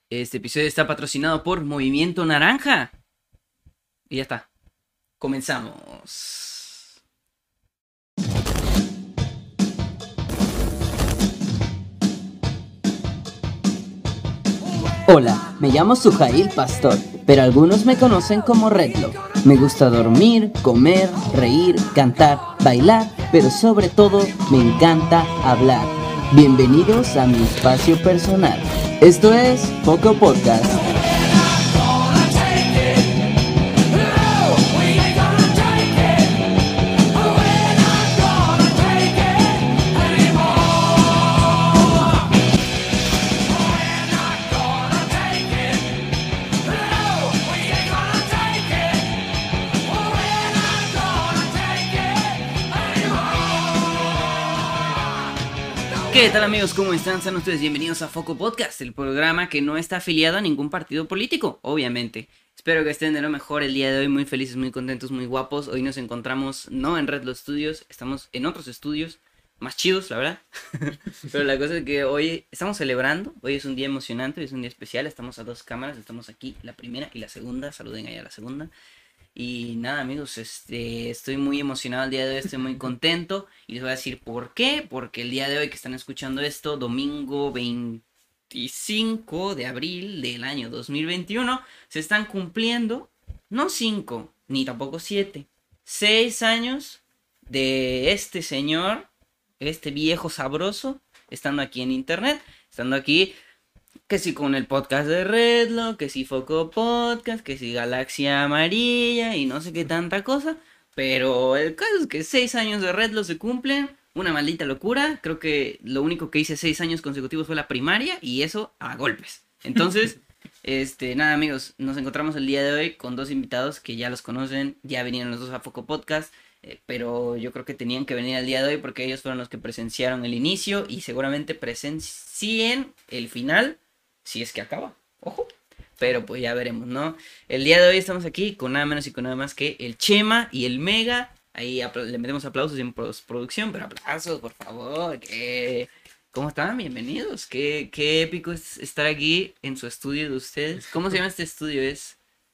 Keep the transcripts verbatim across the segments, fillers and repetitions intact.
Este episodio está patrocinado por Movimiento Naranja. Y ya está. Comenzamos. Hola, me llamo Sujail Pastor, pero algunos me conocen como Redlo. Me gusta dormir, comer, reír, cantar, bailar, pero sobre todo me encanta hablar. Bienvenidos a mi espacio personal. Esto es Foco Podcast. ¿Qué tal, amigos? ¿Cómo están? Sean ustedes bienvenidos a Foco Podcast, el programa que no está afiliado a ningún partido político, obviamente. Espero que estén de lo mejor el día de hoy, muy felices, muy contentos, muy guapos. Hoy nos encontramos no en Redlo Studios, estamos en otros estudios más chidos, la verdad. Pero la cosa es que hoy estamos celebrando, hoy es un día emocionante, hoy es un día especial, estamos a dos cámaras, estamos aquí, la primera y la segunda, saluden allá a la segunda. Y nada, amigos, este, estoy muy emocionado el día de hoy, estoy muy contento y les voy a decir por qué, porque el día de hoy que están escuchando esto, domingo veinticinco de abril del año dos mil veintiuno, se están cumpliendo, no cinco, ni tampoco siete, seis años de este señor, este viejo sabroso, estando aquí en internet, estando aquí. Que si con el podcast de Redlo, que si Foco Podcast, que si Galaxia Amarilla y no sé qué tanta cosa. Pero el caso es que seis años de Redlo se cumplen. Una maldita locura. Creo que lo único que hice seis años consecutivos fue la primaria y eso a golpes. Entonces, este, nada, amigos, nos encontramos el día de hoy con dos invitados que ya los conocen. Ya vinieron los dos a Foco Podcast. Eh, pero yo creo que tenían que venir al día de hoy porque ellos fueron los que presenciaron el inicio y seguramente presencien el final. Si es que acaba, ojo, pero pues ya veremos, ¿no? El día de hoy estamos aquí con nada menos y con nada más que el Chema y el Mega. Ahí le metemos aplausos en producción, pero aplausos, por favor. Que... ¿Cómo están? Bienvenidos. Qué, qué épico es estar aquí en su estudio de ustedes. ¿Cómo se llama este estudio? Es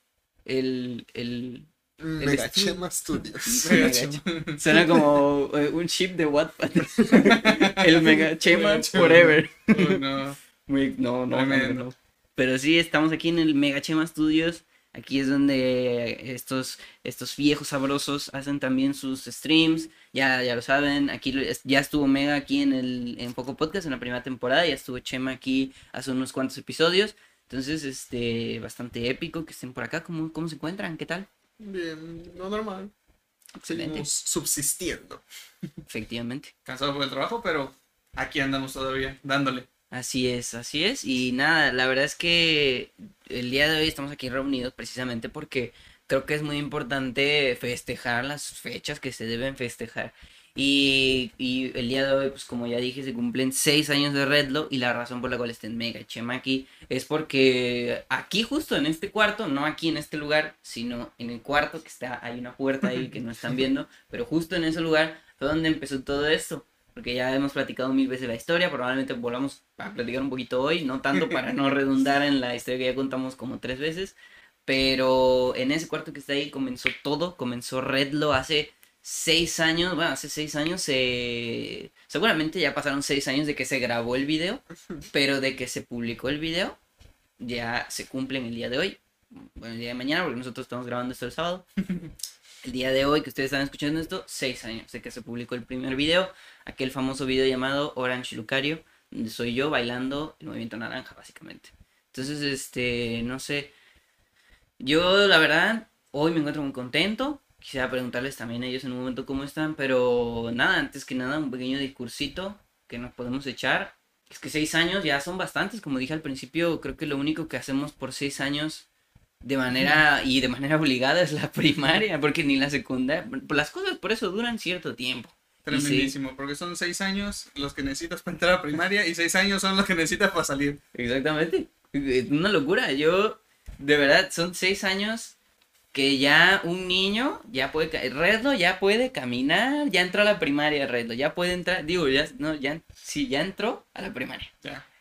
el... el... Megachema Studios. Megachema. Suena como uh, un chip de Wattpad. El Megachema Forever. Oh, no. Muy, no, no, no, no. Pero sí, estamos aquí en el Megachema Studios. Aquí es donde estos, estos viejos sabrosos hacen también sus streams. Ya, ya lo saben. Aquí ya estuvo Mega aquí en el en Foco Podcast en la primera temporada. Ya estuvo Chema aquí hace unos cuantos episodios. Entonces, este, bastante épico que estén por acá. ¿Cómo, cómo se encuentran? ¿Qué tal? Bien, no normal. Excelente. Seguimos subsistiendo. Efectivamente. Cansado por el trabajo, pero aquí andamos todavía, dándole. Así es, así es. Y nada, la verdad es que el día de hoy estamos aquí reunidos precisamente porque creo que es muy importante festejar las fechas que se deben festejar. Y, y el día de hoy, pues como ya dije, se cumplen seis años de Redlo y la razón por la cual está en Mega Chema aquí es porque aquí justo en este cuarto, no aquí en este lugar, sino en el cuarto que está, hay una puerta ahí que no están viendo, pero justo en ese lugar fue donde empezó todo esto. Porque ya hemos platicado mil veces la historia, probablemente volvamos a platicar un poquito hoy, no tanto para no redundar en la historia que ya contamos como tres veces, pero en ese cuarto que está ahí comenzó todo, comenzó Redlo hace seis años, bueno, hace seis años, eh, seguramente ya pasaron seis años de que se grabó el video, pero de que se publicó el video, ya se cumple en el día de hoy, bueno, el día de mañana, porque nosotros estamos grabando esto el sábado. El día de hoy que ustedes están escuchando esto, seis años de que se publicó el primer video, aquel famoso video llamado Orange Lucario, donde soy yo bailando el movimiento naranja, básicamente. Entonces, este, no sé, yo la verdad, hoy me encuentro muy contento, quisiera preguntarles también a ellos en un momento cómo están, pero nada, antes que nada, un pequeño discursito que nos podemos echar. Es que seis años ya son bastantes, como dije al principio, creo que lo único que hacemos por seis años... De manera, y de manera obligada es la primaria, porque ni la secundaria, las cosas por eso duran cierto tiempo. Tremendísimo, sí. Porque son seis años los que necesitas para entrar a primaria y seis años son los que necesitas para salir. Exactamente, es una locura, yo, de verdad, son seis años que ya un niño ya puede, Redlo ya puede caminar, ya entró a la primaria Redlo, ya puede entrar, digo, ya, no, ya, sí, ya entró a la primaria. Ya.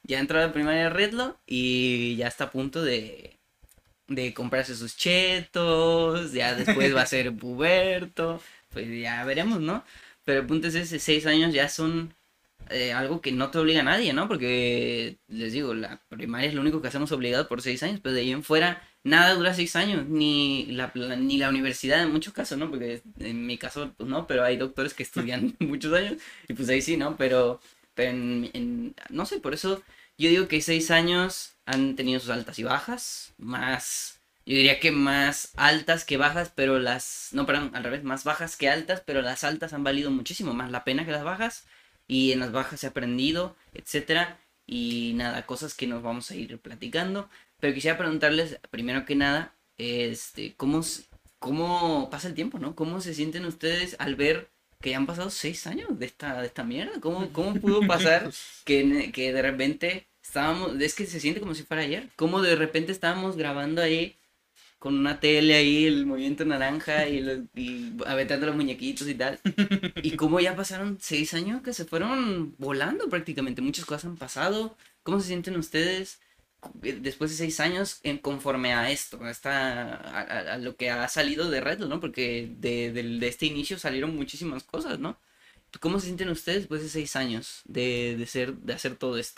ya entró a la primaria Redlo y ya está a punto de, de comprarse sus chetos, ya después va a ser puberto, pues ya veremos, ¿no? Pero el punto es ese, seis años ya son eh, algo que no te obliga a nadie, ¿no? Porque, les digo, la primaria es lo único que hacemos obligado por seis años, pero de ahí en fuera nada dura seis años, ni la, la- ni la universidad en muchos casos, ¿no? Porque en mi caso, pues no, pero hay doctores que estudian muchos años y pues ahí sí, ¿no? Pero, pero en, en- no sé, por eso yo digo que seis años han tenido sus altas y bajas, más, yo diría que más altas que bajas, pero las, no, perdón, al revés, más bajas que altas, pero las altas han valido muchísimo más la pena que las bajas y en las bajas he aprendido, etcétera. Y nada, cosas que nos vamos a ir platicando. Pero quisiera preguntarles, primero que nada, este, ¿cómo, s- cómo pasa el tiempo, ¿no? ¿Cómo se sienten ustedes al ver que ya han pasado seis años de esta, de esta mierda? ¿Cómo, cómo pudo pasar que, ne- que de repente estábamos, es que se siente como si fuera ayer, cómo de repente estábamos grabando ahí con una tele ahí, el movimiento naranja y, los, y aventando los muñequitos y tal? Y cómo ya pasaron seis años que se fueron volando prácticamente. Muchas cosas han pasado. ¿Cómo se sienten ustedes eh, después de seis años en conforme a esto, a, esta, a, a- a lo que ha salido de Red, ¿no? Porque de, del- de este inicio salieron muchísimas cosas, ¿no? ¿Cómo se sienten ustedes después de seis años de, de ser, de hacer todo esto?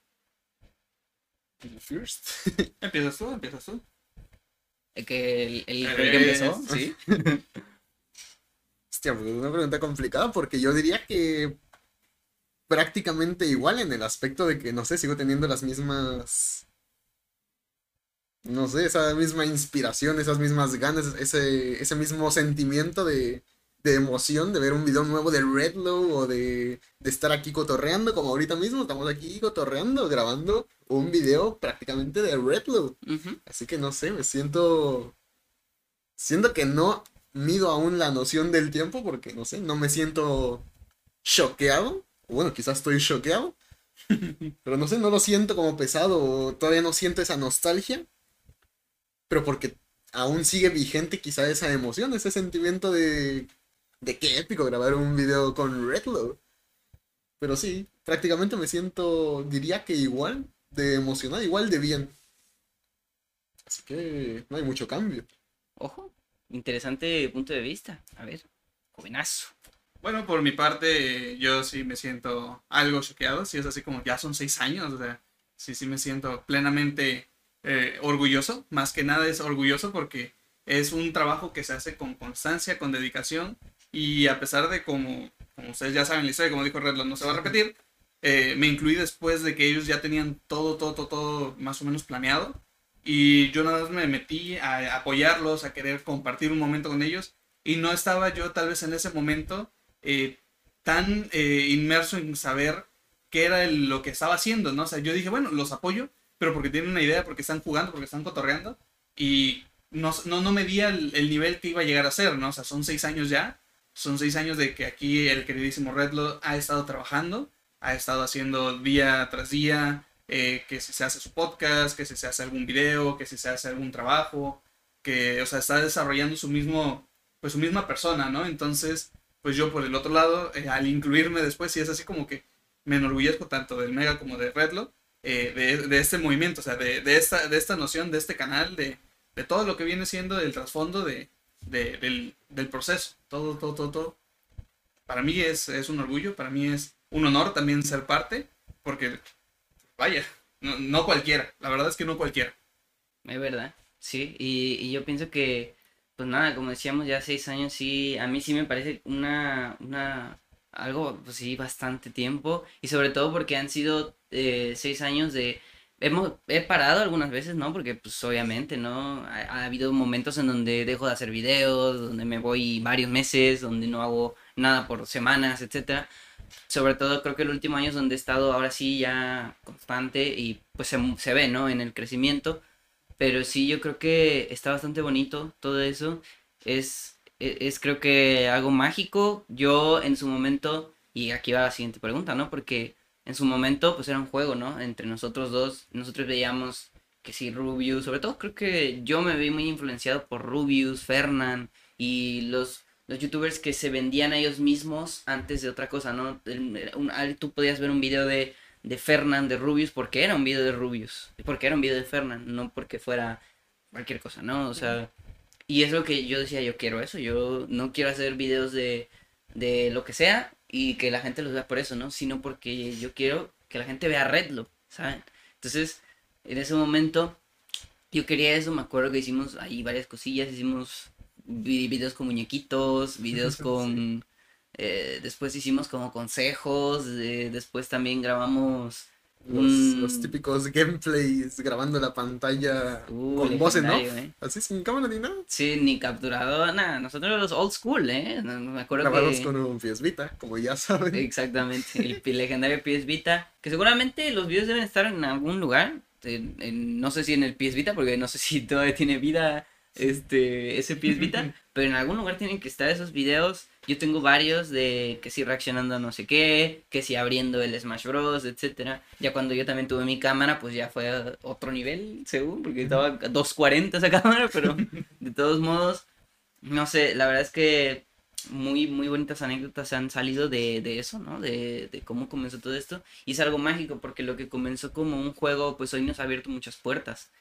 First. ¿Empiezas tú? ¿Empiezas tú? El que, el, el- el que empezó, Es- ¿sí? Hostia, pues es una pregunta complicada porque yo diría que prácticamente igual en el aspecto de que, no sé, sigo teniendo las mismas, no sé, esa misma inspiración, esas mismas ganas, ese, ese mismo sentimiento de, de emoción de ver un video nuevo de Redlow o de, de estar aquí cotorreando, como ahorita mismo estamos aquí cotorreando, grabando un video prácticamente de Redlow. Ujú. Así que no sé, me siento, siento que no mido aún la noción del tiempo porque, no sé, no me siento choqueado. Bueno, quizás estoy choqueado, pero no sé, no lo siento como pesado o todavía no siento esa nostalgia, pero porque aún sigue vigente quizá esa emoción, ese sentimiento de, de qué épico grabar un video con Redlow. Pero sí, prácticamente me siento, diría que igual de emocionado, igual de bien. Así que no hay mucho cambio. Ojo, interesante punto de vista. A ver, jovenazo. Bueno, por mi parte, yo sí me siento algo choqueado. Sí, es así como ya son seis años. O sea, sí, sí me siento plenamente eh, orgulloso. Más que nada es orgulloso porque es un trabajo que se hace con constancia, con dedicación. Y a pesar de como, como ustedes ya saben la historia, como dijo Redland, no se va a repetir. Eh, me incluí después de que ellos ya tenían todo, todo, todo, todo más o menos planeado. Y yo nada más me metí a apoyarlos, a querer compartir un momento con ellos. Y no estaba yo tal vez en ese momento eh, tan eh, inmerso en saber qué era el- lo que estaba haciendo, ¿no? O sea, yo dije, bueno, los apoyo, pero porque tienen una idea, porque están jugando, porque están cotorreando, y no, no, no medía el, el nivel que iba a llegar a ser, ¿no? O sea, son seis años ya, son seis años de que aquí el queridísimo Redlo ha estado trabajando, ha estado haciendo día tras día, eh, que si se hace su podcast, que si se hace algún video, que si se hace algún trabajo, que, o sea, está desarrollando su mismo, pues su misma persona, ¿no? Entonces, pues yo por el otro lado, eh, al incluirme después, sí es así como que me enorgullezco tanto del Mega como de Redlo, eh, de, de este movimiento, o sea, de, de, esta, de esta noción, de este canal, de, de todo lo que viene siendo el trasfondo de, de, del, del proceso, todo, todo, todo, todo. Para mí es, es un orgullo, para mí es un honor también ser parte, porque, vaya, no, no cualquiera, la verdad es que no cualquiera. Es verdad, sí, y, y yo pienso que, pues nada, como decíamos, ya seis años sí, a mí sí me parece una, una, algo, pues sí, bastante tiempo, y sobre todo porque han sido eh, seis años de, hemos, he parado algunas veces, ¿no? Porque pues obviamente, ¿no? Ha, ha habido momentos en donde dejo de hacer videos, donde me voy varios meses, donde no hago nada por semanas, etcétera. Sobre todo creo que el último año es donde he estado ahora sí ya constante y pues se, se ve, ¿no? En el crecimiento. Pero sí, yo creo que está bastante bonito todo eso. Es, e- es, creo que algo mágico. Yo en su momento, y aquí va la siguiente pregunta, ¿no? Porque en su momento pues era un juego, ¿no? Entre nosotros dos, nosotros veíamos que sí, Rubius, sobre todo creo que yo me vi muy influenciado por Rubius, Fernan y los, los youtubers que se vendían a ellos mismos antes de otra cosa, ¿no? El- un- al- tú podías ver un video de de Fernan, de Rubius, porque era un video de Rubius, porque era un video de Fernan, no porque fuera cualquier cosa, ¿no? O sea, y es lo que yo decía, yo quiero eso, yo no quiero hacer videos de, de lo que sea y que la gente los vea por eso, ¿no? Sino porque yo quiero que la gente vea Redlo, ¿saben? Entonces, en ese momento, yo quería eso, me acuerdo que hicimos ahí varias cosillas, hicimos vi- videos con muñequitos, videos con... eh, después hicimos como consejos, eh, después también grabamos Los, un... los típicos gameplays grabando la pantalla Uh, con voz en off. legendario, ¿eh? Así sin cámara ni nada. Sí, ni capturador, nada, nosotros los old school, ¿eh? No- no me acuerdo Grabados que... con un P S Vita, como ya saben. Exactamente, el pi- legendario P S Vita, que seguramente los videos deben estar en algún lugar, en- en- no sé si en el P S Vita, porque no sé si todavía tiene vida este ese P S Vita, pero en algún lugar tienen que estar esos videos. Yo tengo varios de que si reaccionando a no sé qué, que si abriendo el Smash Bros, etcétera. Ya cuando yo también tuve mi cámara, pues ya fue a otro nivel, según, porque estaba a doscientos cuarenta esa cámara, pero de todos modos, no sé, la verdad es que muy, muy bonitas anécdotas han salido de, de eso, ¿no? De, de cómo comenzó todo esto. Y es algo mágico porque lo que comenzó como un juego, pues hoy nos ha abierto muchas puertas.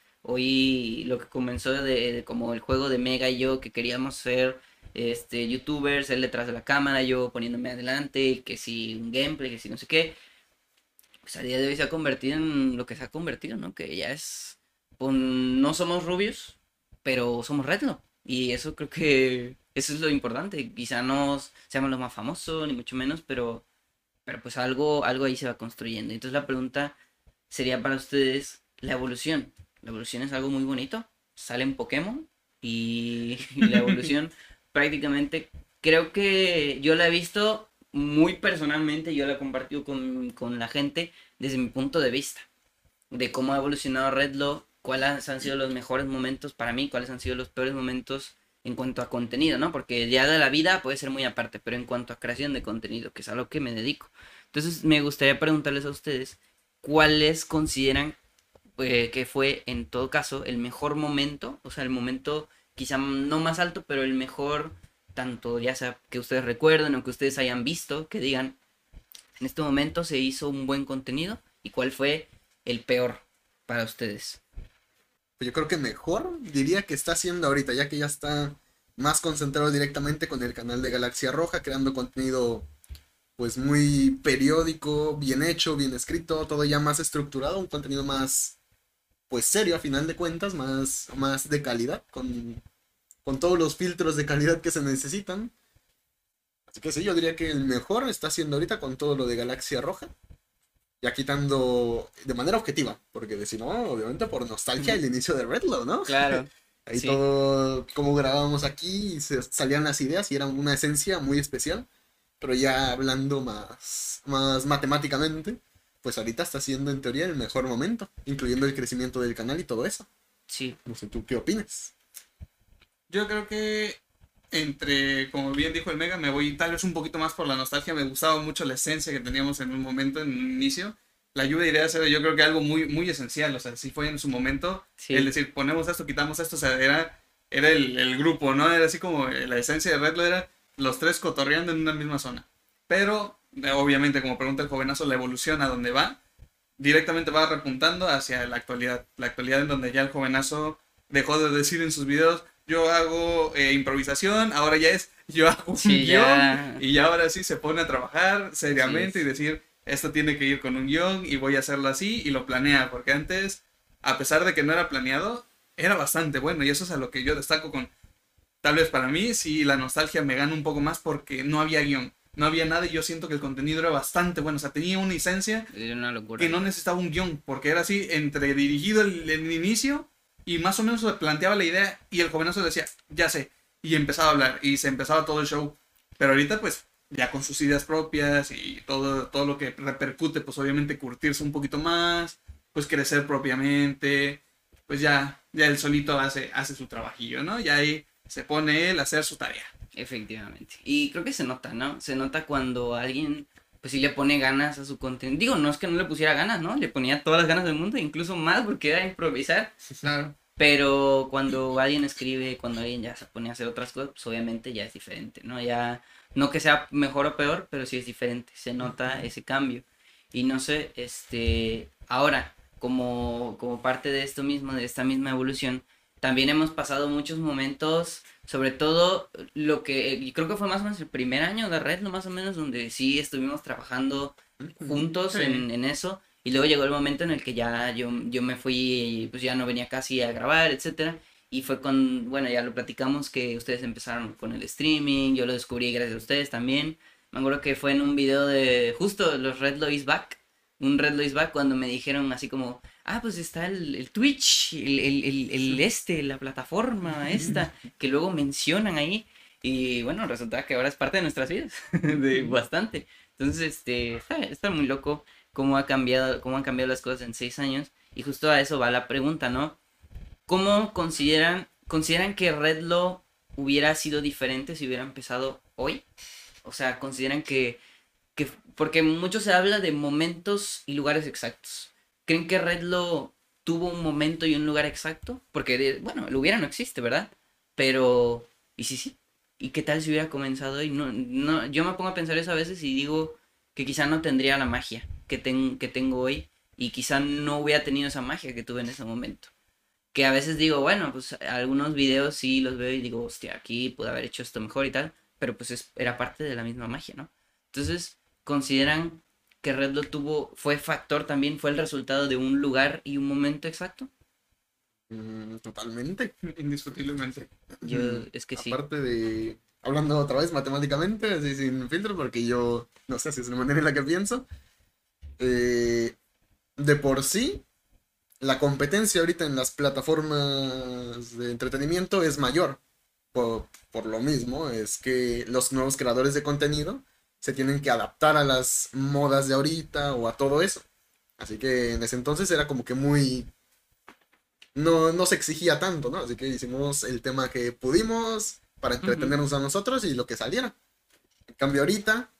Hoy lo que comenzó de, de como el juego de Mega y yo, que queríamos ser este youtubers, él detrás de la cámara, yo poniéndome adelante, y que si un gameplay, que si no sé qué, pues a día de hoy se ha convertido en lo que se ha convertido, ¿no? Que ya es, pues, no somos rubios, pero somos Redlo. Y eso creo que eso es lo importante. Quizá no seamos los más famosos, ni mucho menos, pero, pero pues algo, algo ahí se va construyendo. Entonces la pregunta sería para ustedes la evolución. La evolución es algo muy bonito. Salen Pokémon y, y la evolución prácticamente creo que yo la he visto muy personalmente, yo la he compartido con, con la gente desde mi punto de vista de cómo ha evolucionado Redlo, cuáles han sido los mejores momentos para mí, cuáles han sido los peores momentos en cuanto a contenido, ¿no? Porque ya de la vida puede ser muy aparte, pero en cuanto a creación de contenido, que es a lo que me dedico. Entonces me gustaría preguntarles a ustedes, ¿cuáles consideran eh, que fue en todo caso el mejor momento? O sea, el momento quizá no más alto, pero el mejor, tanto ya sea que ustedes recuerden o que ustedes hayan visto, que digan, en este momento se hizo un buen contenido, y cuál fue el peor para ustedes. Yo creo que mejor diría que está haciendo ahorita, ya que ya está más concentrado directamente con el canal de Galaxia Roja, creando contenido pues muy periódico, bien hecho, bien escrito, todo ya más estructurado, un contenido más pues serio a final de cuentas, más, más de calidad, con, con todos los filtros de calidad que se necesitan. Así que sí, yo diría que el mejor está haciendo ahorita con todo lo de Galaxia Roja. Ya quitando de manera objetiva, porque de si no, obviamente por nostalgia el inicio de Redlo, ¿no? Claro. Ahí Sí. todo, como grabábamos aquí, y se salían las ideas y era una esencia muy especial, pero ya hablando más, más matemáticamente, pues ahorita está siendo en teoría el mejor momento, incluyendo el crecimiento del canal y todo eso. Sí. No sé, ¿tú qué opinas? Yo creo que entre, como bien dijo el Mega, me voy tal vez un poquito más por la nostalgia. Me gustaba mucho la esencia que teníamos en un momento, en un inicio. La lluvia de ideas era, yo creo que algo muy, muy esencial. O sea, sí fue en su momento. Sí. El decir, ponemos esto, quitamos esto. O sea, era, era el, el grupo, ¿no? Era así como la esencia de Redlo, era los tres cotorreando en una misma zona. Pero, eh, obviamente, como pregunta el jovenazo, la evolución a donde va, directamente va repuntando hacia la actualidad. La actualidad en donde ya el jovenazo dejó de decir en sus videos, yo hago eh, improvisación, ahora ya es, yo hago un Sí, guión, ya. y ya ahora sí se pone a trabajar seriamente Sí, y decir, esto tiene que ir con un guión y voy a hacerlo así, y lo planea, porque antes, a pesar de que no era planeado, era bastante bueno, y eso es a lo que yo destaco con, tal vez para mí, sí, la nostalgia me gana un poco más porque no había guión, no había nada, y yo siento que el contenido era bastante bueno, o sea, tenía una esencia Era una locura. que no necesitaba un guión, porque era así, entre dirigido el, el inicio, y más o menos se planteaba la idea, y el jovenazo decía, ya sé, y empezaba a hablar, y se empezaba todo el show. Pero ahorita, pues, ya con sus ideas propias, y todo, todo lo que repercute, pues obviamente curtirse un poquito más, pues crecer propiamente, pues ya, ya él solito hace, hace su trabajillo, ¿no? Y ahí se pone él a hacer su tarea. Efectivamente. Y creo que se nota, ¿no? Se nota cuando alguien, pues sí le pone ganas a su contenido. Digo, no es que no le pusiera ganas, ¿no? Le ponía todas las ganas del mundo, incluso más, porque era improvisar. Claro. Pero cuando alguien escribe, cuando alguien ya se pone a hacer otras cosas, pues obviamente ya es diferente, ¿no? Ya, no que sea mejor o peor, pero sí es diferente. Se nota ese cambio. Y no sé, este, ahora, como, como parte de esto mismo, de esta misma evolución, también hemos pasado muchos momentos, sobre todo lo que, y creo que fue más o menos el primer año de Red, ¿no? Más o menos, donde sí estuvimos trabajando juntos Sí. en, en eso. Y luego llegó el momento en el que ya yo, yo me fui, y pues ya no venía casi a grabar, etcétera. Y fue con, bueno, ya lo platicamos, que ustedes empezaron con el streaming, yo lo descubrí gracias a ustedes también. Me acuerdo que fue en un video de justo los Red Lois Back, un Red Lois Back, cuando me dijeron así como, ah, pues está el, el Twitch, el, el, el, el este, la plataforma esta, que luego mencionan ahí. Y bueno, resulta que ahora es parte de nuestras vidas, de bastante. Entonces, este, está, está muy loco cómo ha cambiado, cómo han cambiado las cosas en seis años. Y justo a eso va la pregunta, ¿no? ¿Cómo consideran, consideran que Redlo hubiera sido diferente si hubiera empezado hoy? O sea, consideran que, que, porque mucho se habla de momentos y lugares exactos. ¿Creen que Redlo tuvo un momento y un lugar exacto? Porque, de- bueno, el hubiera no existe, ¿verdad? Pero, ¿y si sí? ¿Y qué tal si hubiera comenzado hoy? No, no, yo me pongo a pensar eso a veces y digo que quizá no tendría la magia que, ten- que tengo hoy y quizá no hubiera tenido esa magia que tuve en ese momento. Que a veces digo, bueno, pues algunos videos sí los veo y digo, hostia, aquí pude haber hecho esto mejor y tal, pero pues es- era parte de la misma magia, ¿no? Entonces, ¿consideran que Red Bull tuvo, fue factor también, fue el resultado de un lugar y un momento exacto? Mm, totalmente. Indiscutiblemente. Yo, Mm, es que sí. Aparte de, hablando otra vez matemáticamente, así sin filtro, porque yo no sé si es la manera en la que pienso, eh, de por sí, la competencia ahorita en las plataformas de entretenimiento es mayor. Por, por lo mismo, es que los nuevos creadores de contenido se tienen que adaptar a las modas de ahorita o a todo eso. Así que en ese entonces era como que muy no, no se exigía tanto, ¿no? Así que hicimos el tema que pudimos para Ujú. entretenernos a nosotros y lo que saliera. En cambio, ahorita,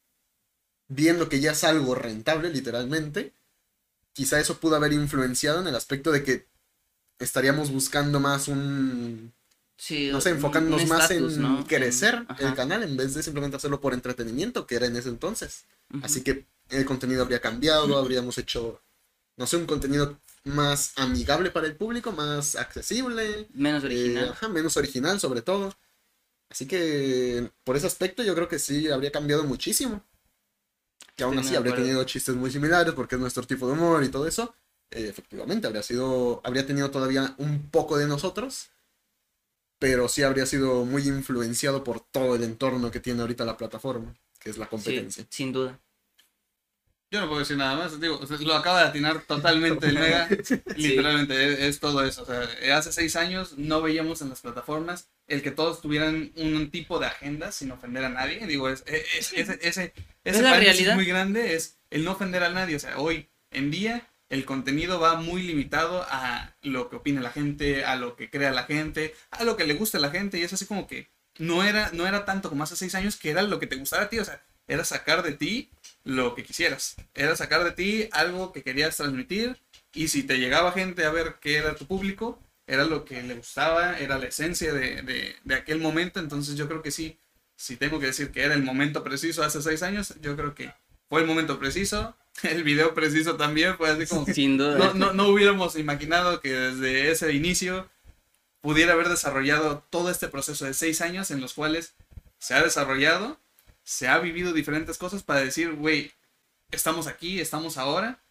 viendo que ya es algo rentable, literalmente, quizá eso pudo haber influenciado en el aspecto de que estaríamos buscando más un, Sí, no sé, un un enfocándonos más estatus, en ¿no? En, crecer el ajá. canal en vez de simplemente hacerlo por entretenimiento, que era en ese entonces. Ujú. Así que el contenido habría cambiado, habríamos hecho, no sé, un contenido más amigable para el público, más accesible, Menos eh, original. ajá, menos original sobre todo. Así que por ese aspecto yo creo que sí habría cambiado muchísimo. Que Estoy aún muy así de habría acuerdo. tenido chistes muy similares porque es nuestro tipo de humor y todo eso. Eh, efectivamente, habría sido, habría tenido todavía un poco de nosotros, pero sí habría sido muy influenciado por todo el entorno que tiene ahorita la plataforma, que es la Sí, competencia. sin duda. Yo no puedo decir nada más, digo, o sea, lo acaba de atinar totalmente el Mega, Sí. literalmente, es, es todo eso. O sea, hace seis años no veíamos en las plataformas el que todos tuvieran un tipo de agenda sin ofender a nadie. Digo, es, es- ese, ese, Es ese la paréntesis realidad. muy grande es el no ofender a nadie. O sea, hoy en día el contenido va muy limitado a lo que opine la gente, a lo que crea la gente, a lo que le guste a la gente, y es así como que no era, no era tanto como hace seis años que era lo que te gustara a ti, o sea, era sacar de ti lo que quisieras. Era sacar de ti algo que querías transmitir y si te llegaba gente a ver qué era tu público, era lo que le gustaba, era la esencia de, de, de aquel momento. Entonces yo creo que sí, si tengo que decir que era el momento preciso hace seis años, yo creo que fue el momento preciso. El video preciso también fue así como que Sin no, duda. no, no hubiéramos imaginado que desde ese inicio pudiera haber desarrollado todo este proceso de seis años en los cuales se ha desarrollado, se ha vivido diferentes cosas para decir, güey, estamos aquí, estamos ahora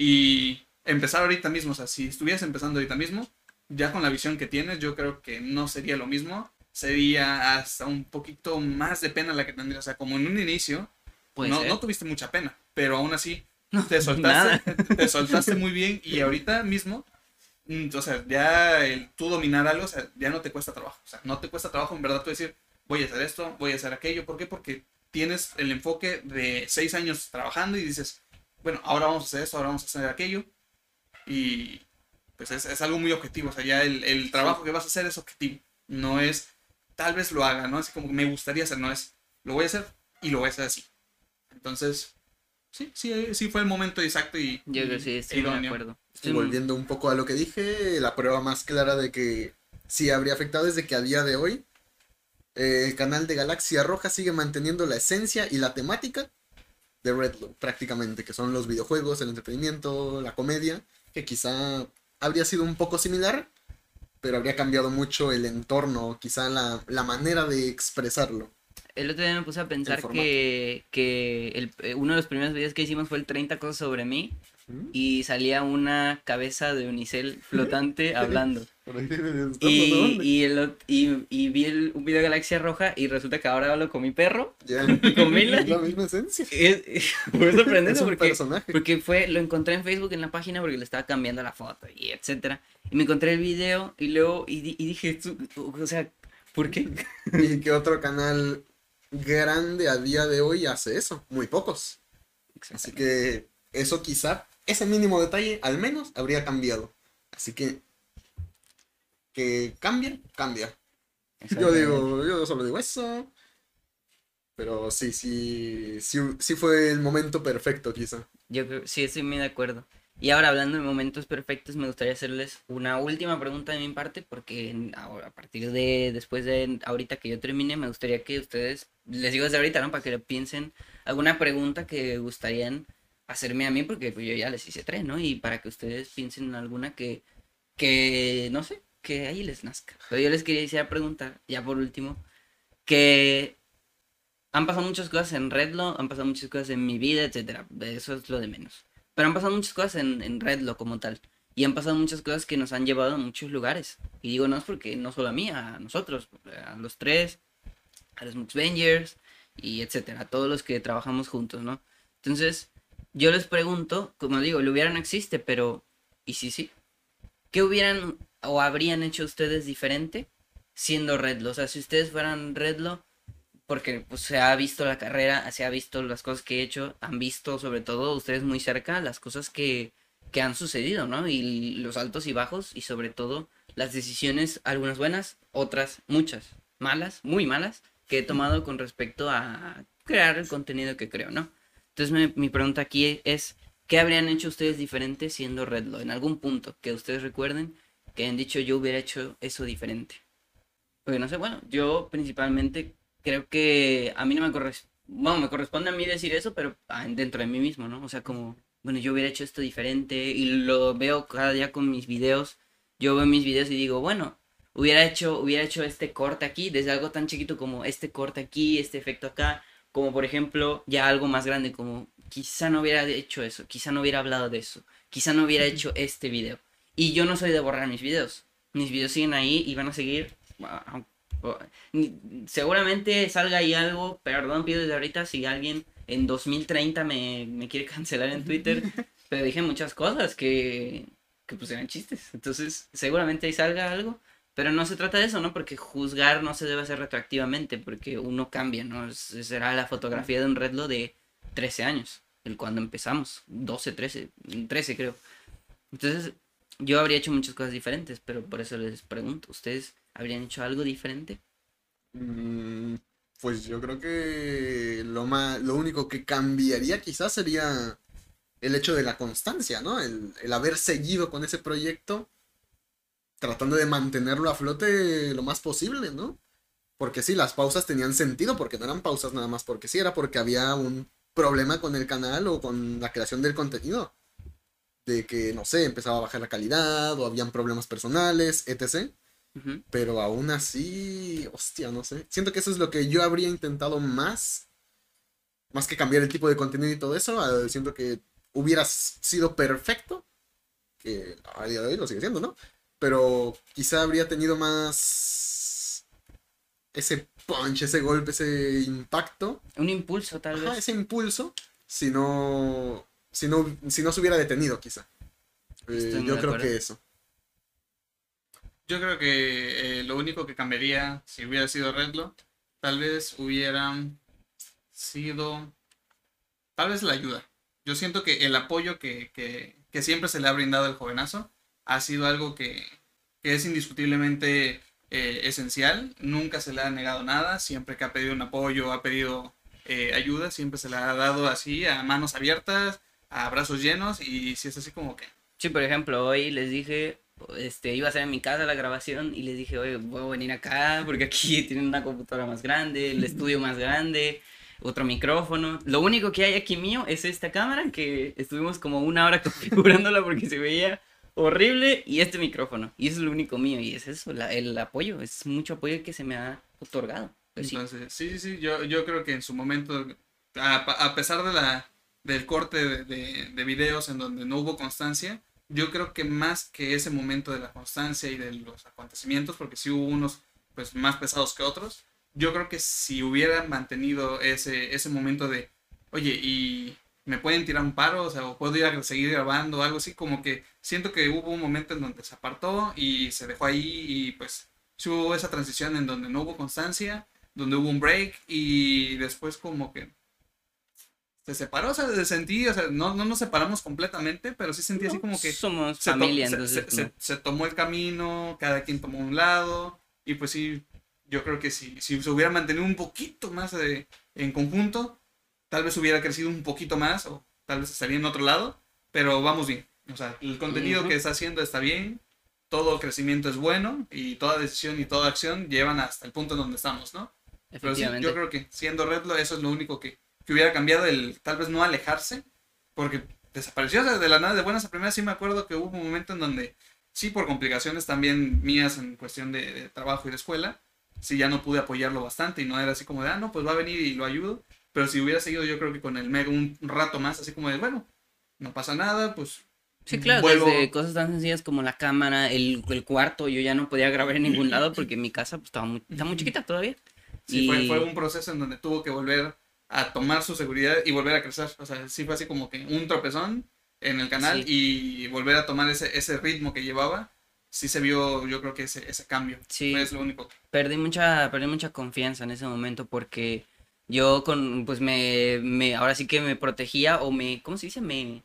y empezar ahorita mismo. O sea, si estuvieras empezando ahorita mismo, ya con la visión que tienes, yo creo que no sería lo mismo. Sería hasta un poquito más de pena la que tendrías. O sea, como en un inicio, Puede no, no ser. tuviste mucha pena, pero aún así No, te soltaste, nada. te soltaste muy bien y ahorita mismo mm, o sea, ya el tú dominar algo, o sea, ya no te cuesta trabajo. O sea, no te cuesta trabajo en verdad tú decir, voy a hacer esto, voy a hacer aquello. ¿Por qué? Porque tienes el enfoque de seis años trabajando y dices, bueno, ahora vamos a hacer esto, ahora vamos a hacer aquello. Y pues es, es algo muy objetivo. O sea, ya el, el Sí. trabajo que vas a hacer es objetivo. No es, tal vez lo haga, ¿no? Así como que me gustaría hacer, no es, lo voy a hacer y lo voy a hacer así. Entonces, sí, sí, sí fue el momento exacto y, Yo creo que y sí, e estoy muy de idóneo. acuerdo. Y Estoy muy- volviendo un poco a lo que dije, la prueba más clara de que sí habría afectado es de que a día de hoy eh, el canal de Galaxia Roja sigue manteniendo la esencia y la temática de Redlo, prácticamente, que son los videojuegos, el entretenimiento, la comedia, que quizá habría sido un poco similar, pero habría cambiado mucho el entorno, quizá la, la manera de expresarlo. El otro día me puse a pensar formato. que, que el, eh, uno de los primeros videos que hicimos fue el treinta cosas sobre mí ¿Mm? y salía una cabeza de unicel flotante hablando. Por ahí debe de estar, ¿no? ¿De Y, dónde? y, el, ot- y, y vi el, un video de Galaxia Roja y resulta que ahora hablo con mi perro. Ya, ¿Con Mila? es la misma esencia. Es, es- fue sorprendente Es un porque, personaje. porque fue, lo encontré en Facebook en la página porque le estaba cambiando la foto y etcétera. Y me encontré el video y luego y, di- y dije, "Esto- o sea, ¿por qué?" ¿Y qué otro canal grande a día de hoy hace eso? Muy pocos. Así que eso quizá, ese mínimo detalle al menos habría cambiado. Así que que cambia, cambia. Yo digo, yo solo digo eso. Pero sí, sí, sí, sí fue el momento perfecto quizá. Yo creo, sí, estoy muy de acuerdo. Y ahora hablando de momentos perfectos, me gustaría hacerles una última pregunta de mi parte, porque en- ahora, a partir de, después de ahorita que yo termine, me gustaría que ustedes, les digo desde ahorita, ¿no? Para que piensen alguna pregunta que gustarían hacerme a mí, porque pues, yo ya les hice tres, ¿no? Y para que ustedes piensen en alguna que, que, no sé, que ahí les nazca. Pero yo les quería decir preguntar, ya por último, que han pasado muchas cosas en Redlo, han pasado muchas cosas en mi vida, etcétera. Eso es lo de menos. Pero han pasado muchas cosas en, en Redlo como tal. Y han pasado muchas cosas que nos han llevado a muchos lugares. Y digo, no es porque no solo a mí, a nosotros, a los tres, a los Muxvengers y etcétera, a todos los que trabajamos juntos, ¿no? Entonces, yo les pregunto, como digo, el hubiera no existe, pero ¿y si sí? ¿Qué hubieran o habrían hecho ustedes diferente siendo Redlo? O sea, si ustedes fueran Redlo, porque pues se ha visto la carrera, se ha visto las cosas que he hecho, han visto sobre todo ustedes muy cerca las cosas que, que han sucedido, ¿no? Y los altos y bajos y sobre todo las decisiones, algunas buenas, otras muchas malas, muy malas, que he tomado con respecto a crear el contenido que creo, ¿no? Entonces mi, mi pregunta aquí es, ¿qué habrían hecho ustedes diferente siendo Redlo? En algún punto que ustedes recuerden que han dicho yo hubiera hecho eso diferente. Porque no sé, bueno, yo principalmente creo que a mí no me corresponde, bueno, me corresponde a mí decir eso, pero ah, dentro de mí mismo, ¿no? O sea, como, bueno, yo hubiera hecho esto diferente y lo veo cada día con mis videos. Yo veo mis videos y digo, bueno, hubiera hecho, hubiera hecho este corte aquí, desde algo tan chiquito como este corte aquí, este efecto acá, como por ejemplo, ya algo más grande, como quizá no hubiera hecho eso, quizá no hubiera hablado de eso, quizá no hubiera hecho este video. Y yo no soy de borrar mis videos. Mis videos siguen ahí y van a seguir. ah, ni- Seguramente salga ahí algo, perdón, pido desde ahorita si alguien en dos mil treinta me, me quiere cancelar en Twitter, pero dije muchas cosas que, que pues eran chistes, entonces seguramente ahí salga algo, pero no se trata de eso, ¿no? Porque juzgar no se debe hacer retroactivamente, porque uno cambia, ¿no? Es- Será la fotografía de un Redlo de trece años, el cuando empezamos, doce trece trece creo. Entonces, yo habría hecho muchas cosas diferentes, pero por eso les pregunto, ¿ustedes habrían hecho algo diferente? Mm, pues yo creo que lo más, lo único que cambiaría quizás sería el hecho de la constancia, ¿no? El, el haber seguido con ese proyecto, tratando de mantenerlo a flote lo más posible, ¿no? Porque sí, las pausas tenían sentido, porque no eran pausas nada más porque sí, era porque había un problema con el canal o con la creación del contenido. De que, no sé, empezaba a bajar la calidad o habían problemas personales, etcétera. Ujú. Pero aún así, hostia, no sé. Siento que eso es lo que yo habría intentado más, más que cambiar el tipo de contenido y todo eso. eh, Siento que hubiera s- sido perfecto, que a día de hoy lo sigue siendo, ¿no? Pero quizá habría tenido más ese punch, ese golpe, ese impacto, Un impulso, tal ajá, vez. ese impulso, si no, si no, si no se hubiera detenido, quizá. Eh, Estoy muy yo de creo acuerdo. que eso. Yo creo que eh, lo único que cambiaría si hubiera sido Redlo, tal vez hubieran sido, tal vez la ayuda. Yo siento que el apoyo que, que, que siempre se le ha brindado al jovenazo ha sido algo que, que es indiscutiblemente eh, esencial. Nunca se le ha negado nada. Siempre que ha pedido un apoyo, ha pedido eh, ayuda, siempre se le ha dado así, a manos abiertas, a brazos llenos. Y si es así como que, Sí, por ejemplo, hoy les dije, este, iba a ser en mi casa la grabación y les dije, oye, voy a venir acá porque aquí tienen una computadora más grande, el estudio más grande, otro micrófono. Lo único que hay aquí mío es esta cámara, que estuvimos como una hora configurándola porque se veía horrible, y este micrófono. Y eso es lo único mío, y es eso, la, el apoyo, es mucho apoyo que se me ha otorgado. Pues sí. Entonces, sí, sí, sí, yo, yo creo que en su momento, a, a pesar de la, del corte de, de, de videos en donde no hubo constancia, yo creo que más que ese momento de la constancia y de los acontecimientos, porque sí hubo unos pues más pesados que otros, yo creo que si hubiera mantenido ese, ese momento de, oye, y me pueden tirar un paro, o sea, o puedo ir a seguir grabando o algo así, como que siento que hubo un momento en donde se apartó y se dejó ahí, y pues sí hubo esa transición en donde no hubo constancia, donde hubo un break, y después como que se separó, o sea, sentí, o sea, no, no nos separamos completamente, pero sí sentí No, así como que somos se, to- familia, se- entonces se- se- no. se tomó el camino, cada quien tomó un lado, y pues sí, yo creo que si, si se hubiera mantenido un poquito más de- en conjunto, tal vez hubiera crecido un poquito más, o tal vez estaría en otro lado, pero vamos bien, o sea, el contenido Ujú. que está haciendo está bien, todo crecimiento es bueno, y toda decisión y toda acción llevan hasta el punto en donde estamos, ¿no? Pero sí, Efectivamente. yo creo que siendo Redlo, eso es lo único que, que hubiera cambiado, el tal vez no alejarse, porque desapareció, o sea, de la nada, de buenas a primeras. Sí me acuerdo que hubo un momento en donde, sí, por complicaciones también mías en cuestión de, de trabajo y de escuela, sí, ya no pude apoyarlo bastante, y no era así como de, ah, no, pues va a venir y lo ayudo, pero si hubiera seguido yo creo que con el Meg un rato más, así como de, bueno, no pasa nada, pues Sí, claro, vuelvo. desde cosas tan sencillas como la cámara, el, el cuarto, yo ya no podía grabar en ningún lado porque mi casa pues, estaba muy, está muy chiquita todavía. Sí, Y fue, fue un proceso en donde tuvo que volver a tomar su seguridad y volver a crecer. O sea, sí fue así como que un tropezón en el canal, Sí. y volver a tomar ese, ese ritmo que llevaba. Sí se vio, yo creo que ese, ese cambio. Sí. Es lo único. perdí mucha, perdí mucha confianza en ese momento porque yo con, pues me, me, ahora sí que me protegía o me, ¿cómo se dice? Me,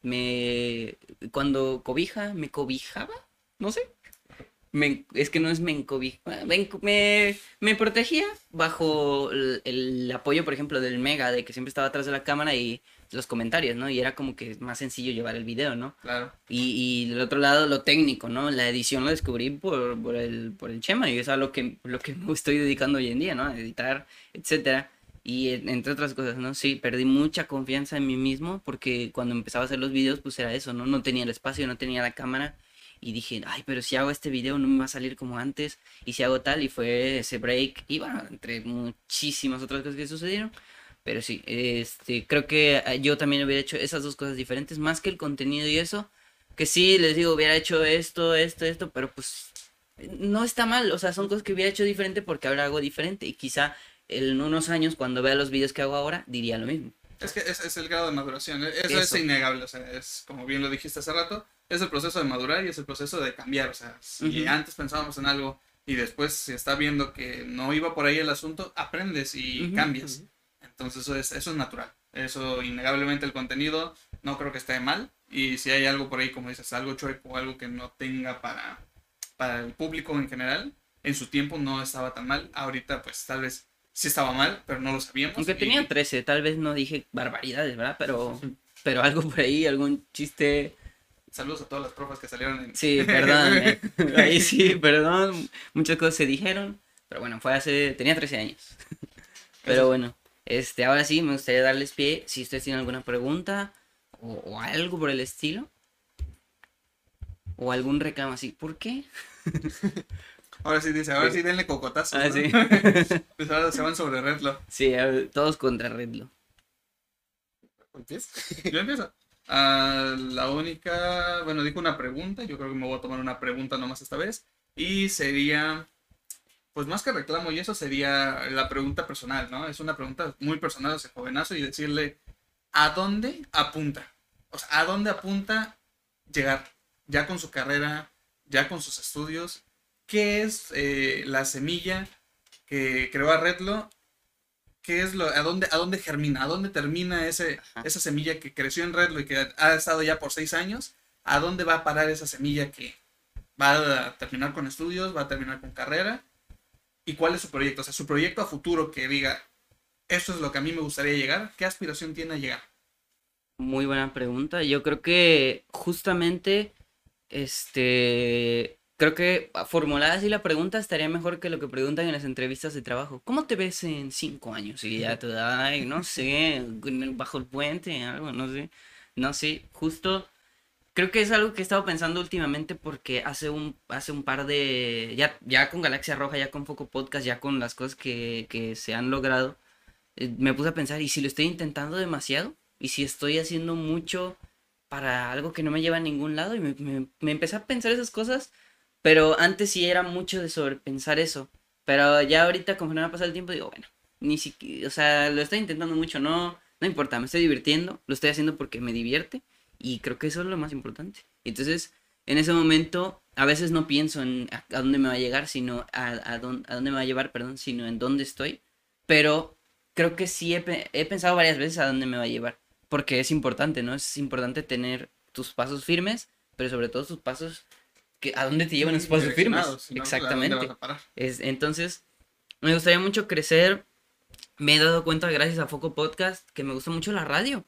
me, cuando cobija, me cobijaba, no sé. Me, es que no es me encobijaba, me, enco- me, me protegía bajo el, el apoyo, por ejemplo, del Mega, de que siempre estaba atrás de la cámara y los comentarios, ¿no? Y era como que más sencillo llevar el video, ¿no? Claro. Y, y del otro lado, lo técnico, ¿no? La edición lo descubrí por, por el, por el Chema, y es a lo que, lo que me estoy dedicando hoy en día, ¿no? A editar, etcétera. Y en- entre otras cosas, ¿no? Sí, perdí mucha confianza en mí mismo porque cuando empezaba a hacer los videos, pues era eso, ¿no? No tenía el espacio, no tenía la cámara. Y dije, ay, pero si hago este video no me va a salir como antes. Y si hago tal, y fue ese break. Y bueno, entre muchísimas otras cosas que sucedieron. Pero sí, este, creo que eh, yo también hubiera hecho esas dos cosas diferentes, más que el contenido y eso. Que sí, les digo, hubiera hecho esto, esto, esto, pero pues no está mal. O sea, son cosas que hubiera hecho diferente porque ahora hago diferente. Y quizá en unos años, cuando vea los videos que hago ahora, diría lo mismo. Es que es, es el grado de maduración. e- Eso, Eso. es innegable. O sea, es como bien lo dijiste hace rato. Es el proceso de madurar y es el proceso de cambiar. O sea, si Ujú. antes pensábamos en algo y después se está viendo que no iba por ahí el asunto, aprendes y Ujú. cambias. Entonces eso es, eso es natural. Eso, innegablemente, el contenido no creo que esté mal. Y si hay algo por ahí, como dices, algo chueco, algo que no tenga para, para el público en general, en su tiempo no estaba tan mal. Ahorita pues tal vez sí estaba mal, pero no lo sabíamos. Aunque y- tenía trece, tal vez no dije barbaridades, ¿verdad? Pero, pero algo por ahí, algún chiste. Saludos a todas las profes que salieron en... Sí, perdón. eh. Ahí sí, perdón. Muchas cosas se dijeron. Pero bueno, fue hace. Tenía trece años. Pero bueno, este, ahora sí me gustaría darles pie. Si ustedes tienen alguna pregunta o, o algo por el estilo. O algún reclamo así. ¿Por qué? Ahora sí dice, ahora sí denle cocotazo. Ah, ¿no? sí. Pues ahora se van sobre Redlo. Sí, a ver, todos contra Redlo. ¿Empieza? Yo empiezo. Ah, la única, bueno, dijo una pregunta, yo creo que me voy a tomar una pregunta nomás esta vez. Y sería, pues más que reclamo, y eso sería la pregunta personal, ¿no? Es una pregunta muy personal hacia jovenazo, y decirle, ¿a dónde apunta? O sea, ¿a dónde apunta llegar? Ya con su carrera, ya con sus estudios. ¿Qué es eh, la semilla que creó a Redlo? ¿Qué es lo, a dónde, a dónde germina? ¿A dónde termina ese, Ajá. esa semilla que creció en Redlo y que ha estado ya por seis años? ¿A dónde va a parar esa semilla que va a terminar con estudios, va a terminar con carrera? ¿Y cuál es su proyecto? O sea, su proyecto a futuro que diga, esto es lo que a mí me gustaría llegar. ¿Qué aspiración tiene a llegar? Muy buena pregunta. Yo creo que justamente, este, creo que formulada así la pregunta estaría mejor que lo que preguntan en las entrevistas de trabajo. ¿Cómo te ves en cinco años? Y ya te da, ay, no sé, bajo el puente, algo, no sé. No sé, justo creo que es algo que he estado pensando últimamente porque hace un, hace un par de, ya, ya con Galaxia Roja, ya con Foco Podcast, ya con las cosas que, que se han logrado, eh, me puse a pensar, ¿y si lo estoy intentando demasiado? ¿Y si estoy haciendo mucho para algo que no me lleva a ningún lado? Y me, me, me empecé a pensar esas cosas, pero antes sí era mucho de sobrepensar eso. Pero ya ahorita, conforme va a pasar el tiempo, digo, bueno, ni siquiera, o sea, lo estoy intentando mucho, no, no importa, me estoy divirtiendo, lo estoy haciendo porque me divierte y creo que eso es lo más importante. Entonces, en ese momento, a veces no pienso en a, a dónde me va a llegar, sino a, a, dónde, a dónde me va a llevar, perdón, sino en dónde estoy. Pero creo que sí he, pe- he pensado varias veces a dónde me va a llevar, porque es importante, ¿no? Es importante tener tus pasos firmes, pero sobre todo tus pasos que a dónde te llevan esos pasos firmes. Direccionados, si no, ¿a dónde Exactamente. vas a parar? Es, entonces, me gustaría mucho crecer. Me he dado cuenta gracias a Foco Podcast que me gusta mucho la radio.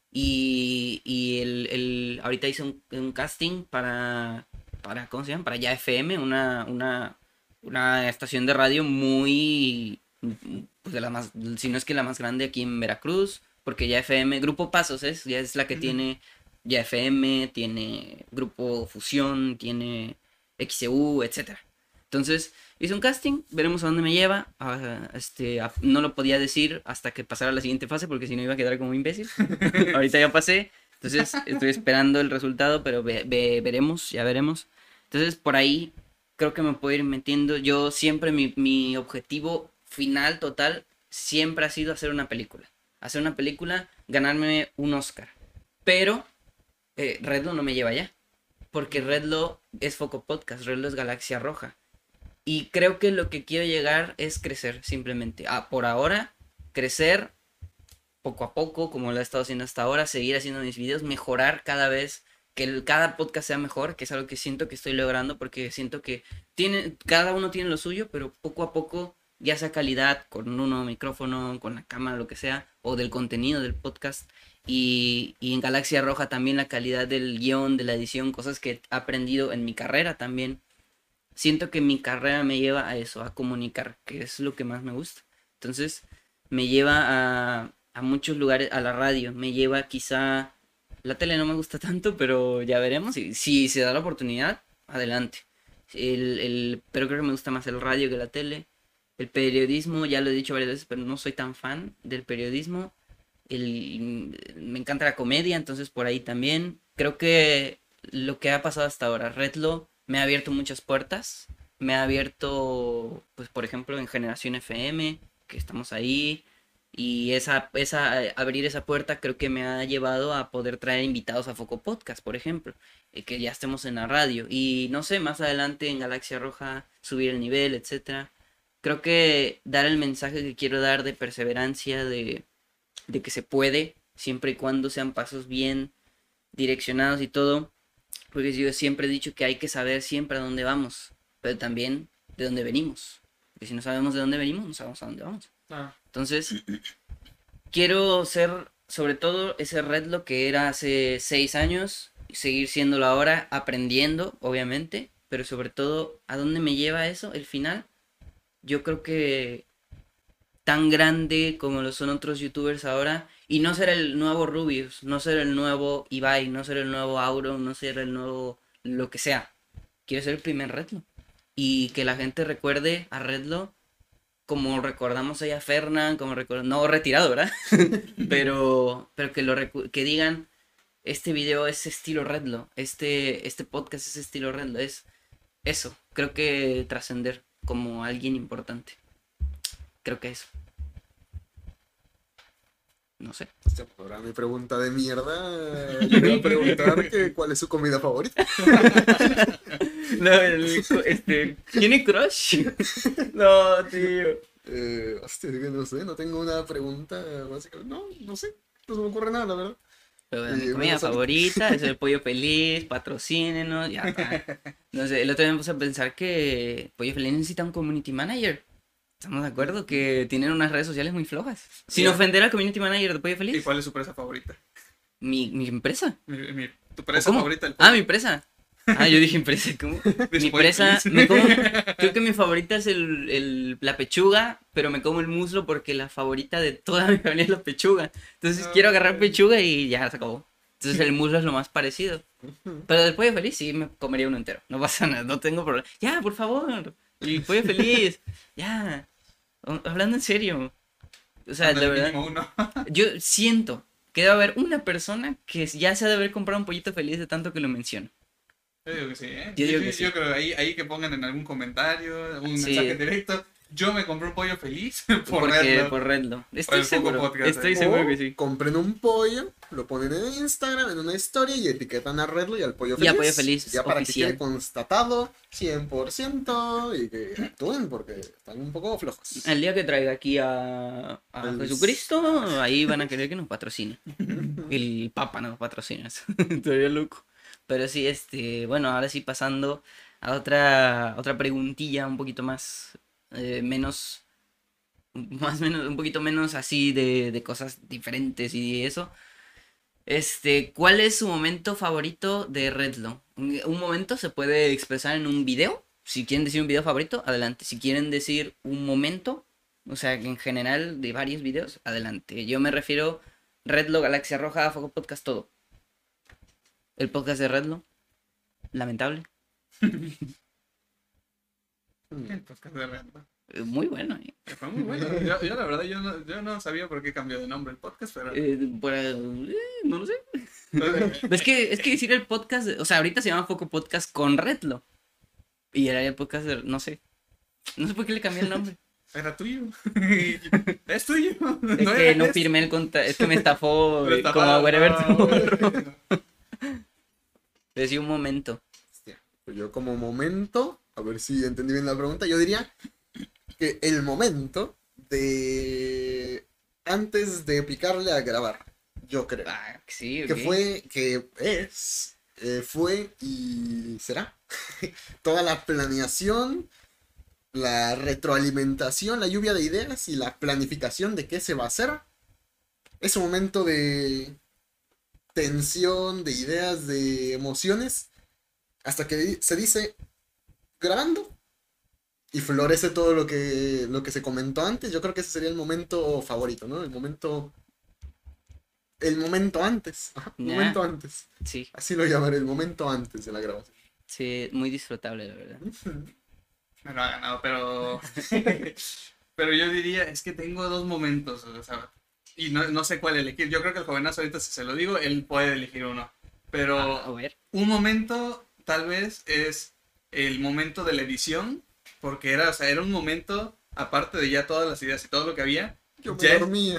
Y, y el, el, ahorita hice un, un casting para, para, ¿cómo se llama? Para Ya F M, una, una, una estación de radio muy, pues de la más, si no es que la más grande aquí en Veracruz, porque Ya F M, Grupo Pasos es, ya es la que Ujú. tiene Ya F M, tiene Grupo Fusión, tiene X C U, etcétera. Entonces, hice un casting, veremos a dónde me lleva. Ah, este, ah, no lo podía decir hasta que pasara la siguiente fase porque si no iba a quedar como un imbécil. Ahorita ya pasé, entonces estoy esperando el resultado, pero ve- ve- veremos, ya veremos. Entonces, por ahí creo que me puedo ir metiendo. Yo siempre, mi, mi objetivo final, total, siempre ha sido hacer una película. Hacer una película, ganarme un Oscar. Pero eh, Redlo no me lleva allá. Porque Redlo es Foco Podcast, Redlo es Galaxia Roja. Y creo que lo que quiero llegar es crecer, simplemente. Ah, por ahora, crecer poco a poco, como lo he estado haciendo hasta ahora, seguir haciendo mis videos, mejorar cada vez, que el- cada podcast sea mejor, que es algo que siento que estoy logrando, porque siento que tiene, cada uno tiene lo suyo, pero poco a poco, ya sea calidad, con un nuevo micrófono, con la cámara, lo que sea, o del contenido del podcast. Y, y en Galaxia Roja también la calidad del guión, de la edición, cosas que he aprendido en mi carrera también. Siento que mi carrera me lleva a eso, a comunicar, que es lo que más me gusta. Entonces, me lleva a, a muchos lugares, a la radio, me lleva quizá, la tele no me gusta tanto, pero ya veremos, si, si se da la oportunidad, adelante. El, el, pero creo que me gusta más el radio que la tele. El periodismo, ya lo he dicho varias veces, pero no soy tan fan del periodismo. El, me encanta la comedia, entonces por ahí también. Creo que lo que ha pasado hasta ahora, Redlo me ha abierto muchas puertas. Me ha abierto, pues por ejemplo, en Generación F M, que estamos ahí. Y esa, esa, abrir esa puerta creo que me ha llevado a poder traer invitados a Foco Podcast, por ejemplo. eh, que ya estemos en la radio. Y no sé, más adelante en Galaxia Roja, subir el nivel, etcétera. Creo que dar el mensaje que quiero dar de perseverancia, de, de que se puede, siempre y cuando sean pasos bien direccionados y todo. Porque yo siempre he dicho que hay que saber siempre a dónde vamos, pero también de dónde venimos. Porque si no sabemos de dónde venimos, no sabemos a dónde vamos. Ah, Entonces, quiero ser sobre todo ese Redlo que era hace seis años, y seguir siéndolo ahora, aprendiendo, obviamente, pero sobre todo, ¿a dónde me lleva eso, el final? Yo creo que tan grande como lo son otros youtubers ahora, y no ser el nuevo Rubius, no ser el nuevo Ibai, no ser el nuevo Auro, no ser el nuevo lo que sea. Quiero ser el primer Redlo. Y que la gente recuerde a Redlo como recordamos ahí a Fernan, como recuerdo, no retirado, ¿verdad? pero pero que lo recu- que digan, este video es estilo Redlo, este, este podcast es estilo Redlo, es eso. Creo que trascender como alguien importante. Creo que eso. No sé. Hostia, pues ahora mi pregunta de mierda. Le voy a preguntar que cuál es su comida favorita. No, el, este, ¿tiene crush? No, tío. Eh, hostia, es que no sé, no tengo una pregunta básica. No, no sé, no se me ocurre nada, la verdad. Pero Y mi comida vamos a- favorita es el pollo feliz, patrocínenos, ya está. No sé, el otro día me puse a pensar que Pollo Feliz necesita un community manager. ¿Estamos de acuerdo? Que tienen unas redes sociales muy flojas. Sin Sí. ofender al community manager de Pollo ¿y Feliz. cuál es su presa favorita? Mi, mi empresa. Mi- mi- ¿Tu presa ¿Cómo? favorita del Ah, mi empresa. Ah, yo dije empresa, ¿cómo? Mi presa, me como, creo que mi favorita es el, el, la pechuga, pero me como el muslo porque la favorita de toda mi familia es la pechuga. Entonces Ah, quiero agarrar ok. pechuga y ya se acabó. Entonces el muslo es lo más parecido. Pero del pollo feliz sí me comería uno entero. No pasa nada, no tengo problema. Ya, por favor. El pollo feliz. Ya. O- Hablando en serio. O sea, Ándale, de verdad. mínimo uno. Yo siento que debe haber una persona que ya se ha de haber comprado un pollito feliz de tanto que lo menciona. Yo digo que sí, ¿eh? Yo Yo, digo yo- que sí. yo creo ahí, ahí que pongan en algún comentario, un Sí. mensaje directo. Yo me compré un pollo feliz por Porque verlo. por Redlo. Estoy el Foco seguro. Podcast, Estoy eh. seguro O que sí. compren un pollo, lo ponen en Instagram, en una historia y etiquetan a Redlo y al pollo Y feliz. a Pollo Feliz, Ya para oficial. que quede constatado cien por ciento y que actúen porque están un poco flojos. El día que traiga aquí a, a El- Jesucristo, ahí van a querer que nos patrocine. El Papa nos patrocina. Estaría loco. Pero sí, este, bueno, ahora sí pasando a otra, otra preguntilla un poquito más, eh, menos, más menos, un poquito menos así de, de cosas diferentes y eso. Este, ¿cuál es su momento favorito de Redlo? Un un momento se puede expresar en un video. Si quieren decir un video favorito, adelante. Si quieren decir un momento, o sea, en general de varios videos, adelante. Yo me refiero Redlo, Galaxia Roja, Foco Podcast, todo. El podcast de Redlo, lamentable. El podcast de Rendo. Eh, Muy bueno. eh. Fue muy bueno. Yo, yo la verdad, yo no, yo no sabía por qué cambió de nombre el podcast, pero... Eh, por- eh, no lo sé. Es que, es que decir el podcast, de- o sea, ahorita se llama Foco Podcast con Redlo. Y era el podcast de, no sé. No sé por qué le cambié el nombre. Era tuyo. Es tuyo. Es No que era no este. firmé el contrato, es que me estafó Lo eh, como estaba- Wherever no, Tomorrow. bueno. Decía un momento. Hostia, pues yo como momento, a ver si entendí bien la pregunta, yo diría que el momento de antes de picarle a grabar, yo creo. Ah, sí, Que ok. fue, que es, eh, fue y será toda la planeación, la retroalimentación, la lluvia de ideas y la planificación de qué se va a hacer. Ese momento de tensión, de ideas, de emociones, hasta que di- se dice grabando y florece todo lo que, lo que se comentó antes. Yo creo que ese sería el momento favorito, ¿no? El momento... El momento antes. Ajá, el Ya. momento antes. Sí, Así lo llamaré, el momento antes de la grabación. sí, muy disfrutable, la verdad. Me lo ha ganado, pero. Pero yo diría, es que tengo dos momentos, o sea, y no, no sé cuál elegir. Yo creo que el jovenazo ahorita, si se lo digo, él puede elegir uno. Pero Ah, a ver. un momento, tal vez, es el momento de la edición, porque era, o sea, era un momento, aparte de ya todas las ideas y todo lo que había. Yo me ya- dormía.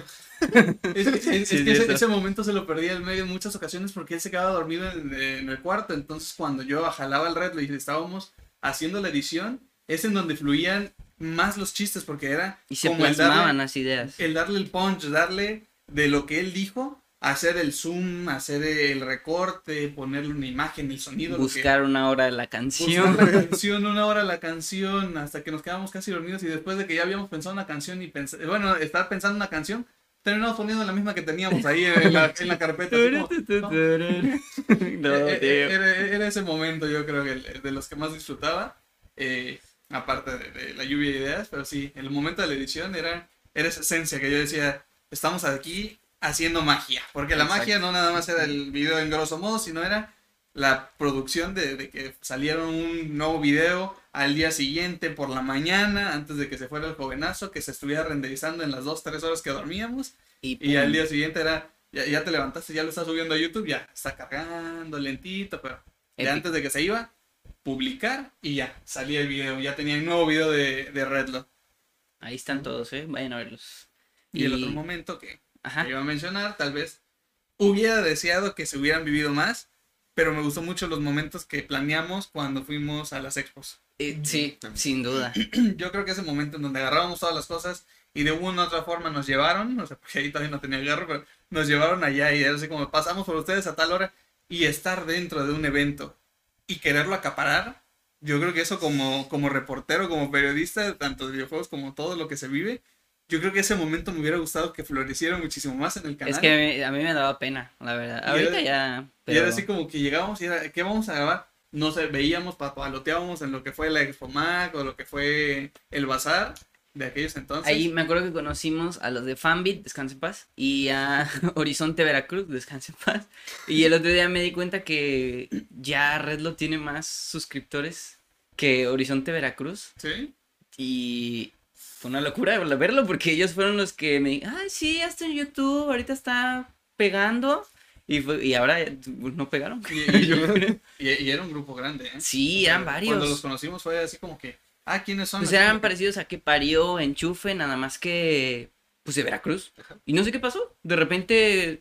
Es, es- es Sí, que ese, cierto. ese momento se lo perdía en medio en muchas ocasiones porque él se quedaba dormido en, en el cuarto. Entonces, cuando yo jalaba el red y estábamos haciendo la edición, es en donde fluían más los chistes porque era Y se como el plasmaban darle, las ideas. el darle el punch, darle de lo que él dijo, hacer el zoom, hacer el recorte, ponerle una imagen, el sonido. lo que- Buscar una hora de la Buscar canción. la canción, una hora la canción, hasta que nos quedamos casi dormidos y después de que ya habíamos pensado una canción y pens bueno, estar pensando una canción, terminamos poniendo la misma que teníamos ahí en la, en la carpeta. así como, ¿no? No, Eh, eh, tío. Era, era ese momento yo creo que el- de los que más disfrutaba, eh, aparte de, de la lluvia de ideas, pero sí, el momento de la edición era, era esa esencia que yo decía, estamos aquí haciendo magia, porque la Exacto. magia no nada más era el video en grosso modo, sino era la producción de, de que saliera un nuevo video al día siguiente por la mañana, antes de que se fuera el jovenazo, que se estuviera renderizando en las dos, tres horas que dormíamos, Y, y al pum. día siguiente era, ya, ya te levantaste, ya lo estás subiendo a YouTube, ya está cargando lentito, pero ya Épico. antes de que se iba, publicar y ya, salía el video, ya tenía un nuevo video de, de Redlo. Ahí están todos, ¿eh? Vayan a verlos. Y, el otro momento que, Ajá. que iba a mencionar, tal vez hubiera deseado que se hubieran vivido más, pero me gustó mucho los momentos que planeamos cuando fuimos a las expos. Eh, sí, sin duda. Yo creo que ese momento en donde agarrábamos todas las cosas y de una u otra forma nos llevaron, o sea, porque ahí todavía no tenía el garro, pero nos llevaron allá y era así como pasamos por ustedes a tal hora y estar dentro de un evento y quererlo acaparar, yo creo que eso como, como reportero, como periodista, tanto de videojuegos como todo lo que se vive, yo creo que ese momento me hubiera gustado que floreciera muchísimo más en el canal. Es que a mí, a mí me daba pena, la verdad. Y Ahorita era- ya. Y Pero... era así como que llegábamos y era, ¿qué vamos a grabar? no sé, veíamos, papaloteábamos en lo que fue la Expo Mac o lo que fue el bazar de aquellos entonces. Ahí me acuerdo que conocimos a los de Fanbit, descanse en paz, y a Horizonte Veracruz, descanse en paz. Y el otro día me di cuenta que ya Redlo tiene más suscriptores que Horizonte Veracruz. Sí. Y fue una locura verlo porque ellos fueron los que me dijeron, ay, sí, hasta en YouTube, ahorita está pegando. Y, fue, y ahora no pegaron. Y, y, y, y era un grupo grande, ¿eh? Sí, O sea, eran varios. Cuando los conocimos fue así como que, ah, ¿quiénes son? Pues Así eran como que- parecidos a que parió Enchufe, nada más que, pues de Veracruz. Y no sé qué pasó. De repente,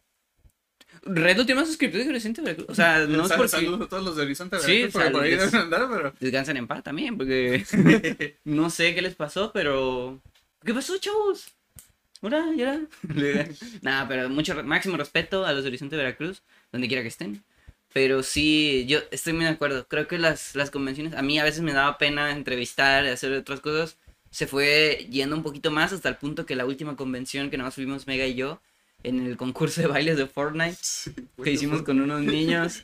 Redlo tiene más suscriptores que Horizonte Veracruz. O sea, no es Sal- porque Saludos a todos los de Horizonte Sí, Veracruz, porque por ahí saludos. deben andar, pero... descansan en paz también, porque no sé qué les pasó, pero... ¿Qué pasó, chavos? Ahora, ya. Nada, pero mucho re- máximo respeto a los de Horizonte Veracruz, donde quiera que estén. Pero sí, yo estoy muy de acuerdo. Creo que las, las convenciones, a mí a veces me daba pena entrevistar, hacer otras cosas. Se fue yendo un poquito más hasta el punto que la última convención que nada más fuimos Mega y yo, en el concurso de bailes de Fortnite, Sí, que bueno, hicimos fue- con unos niños,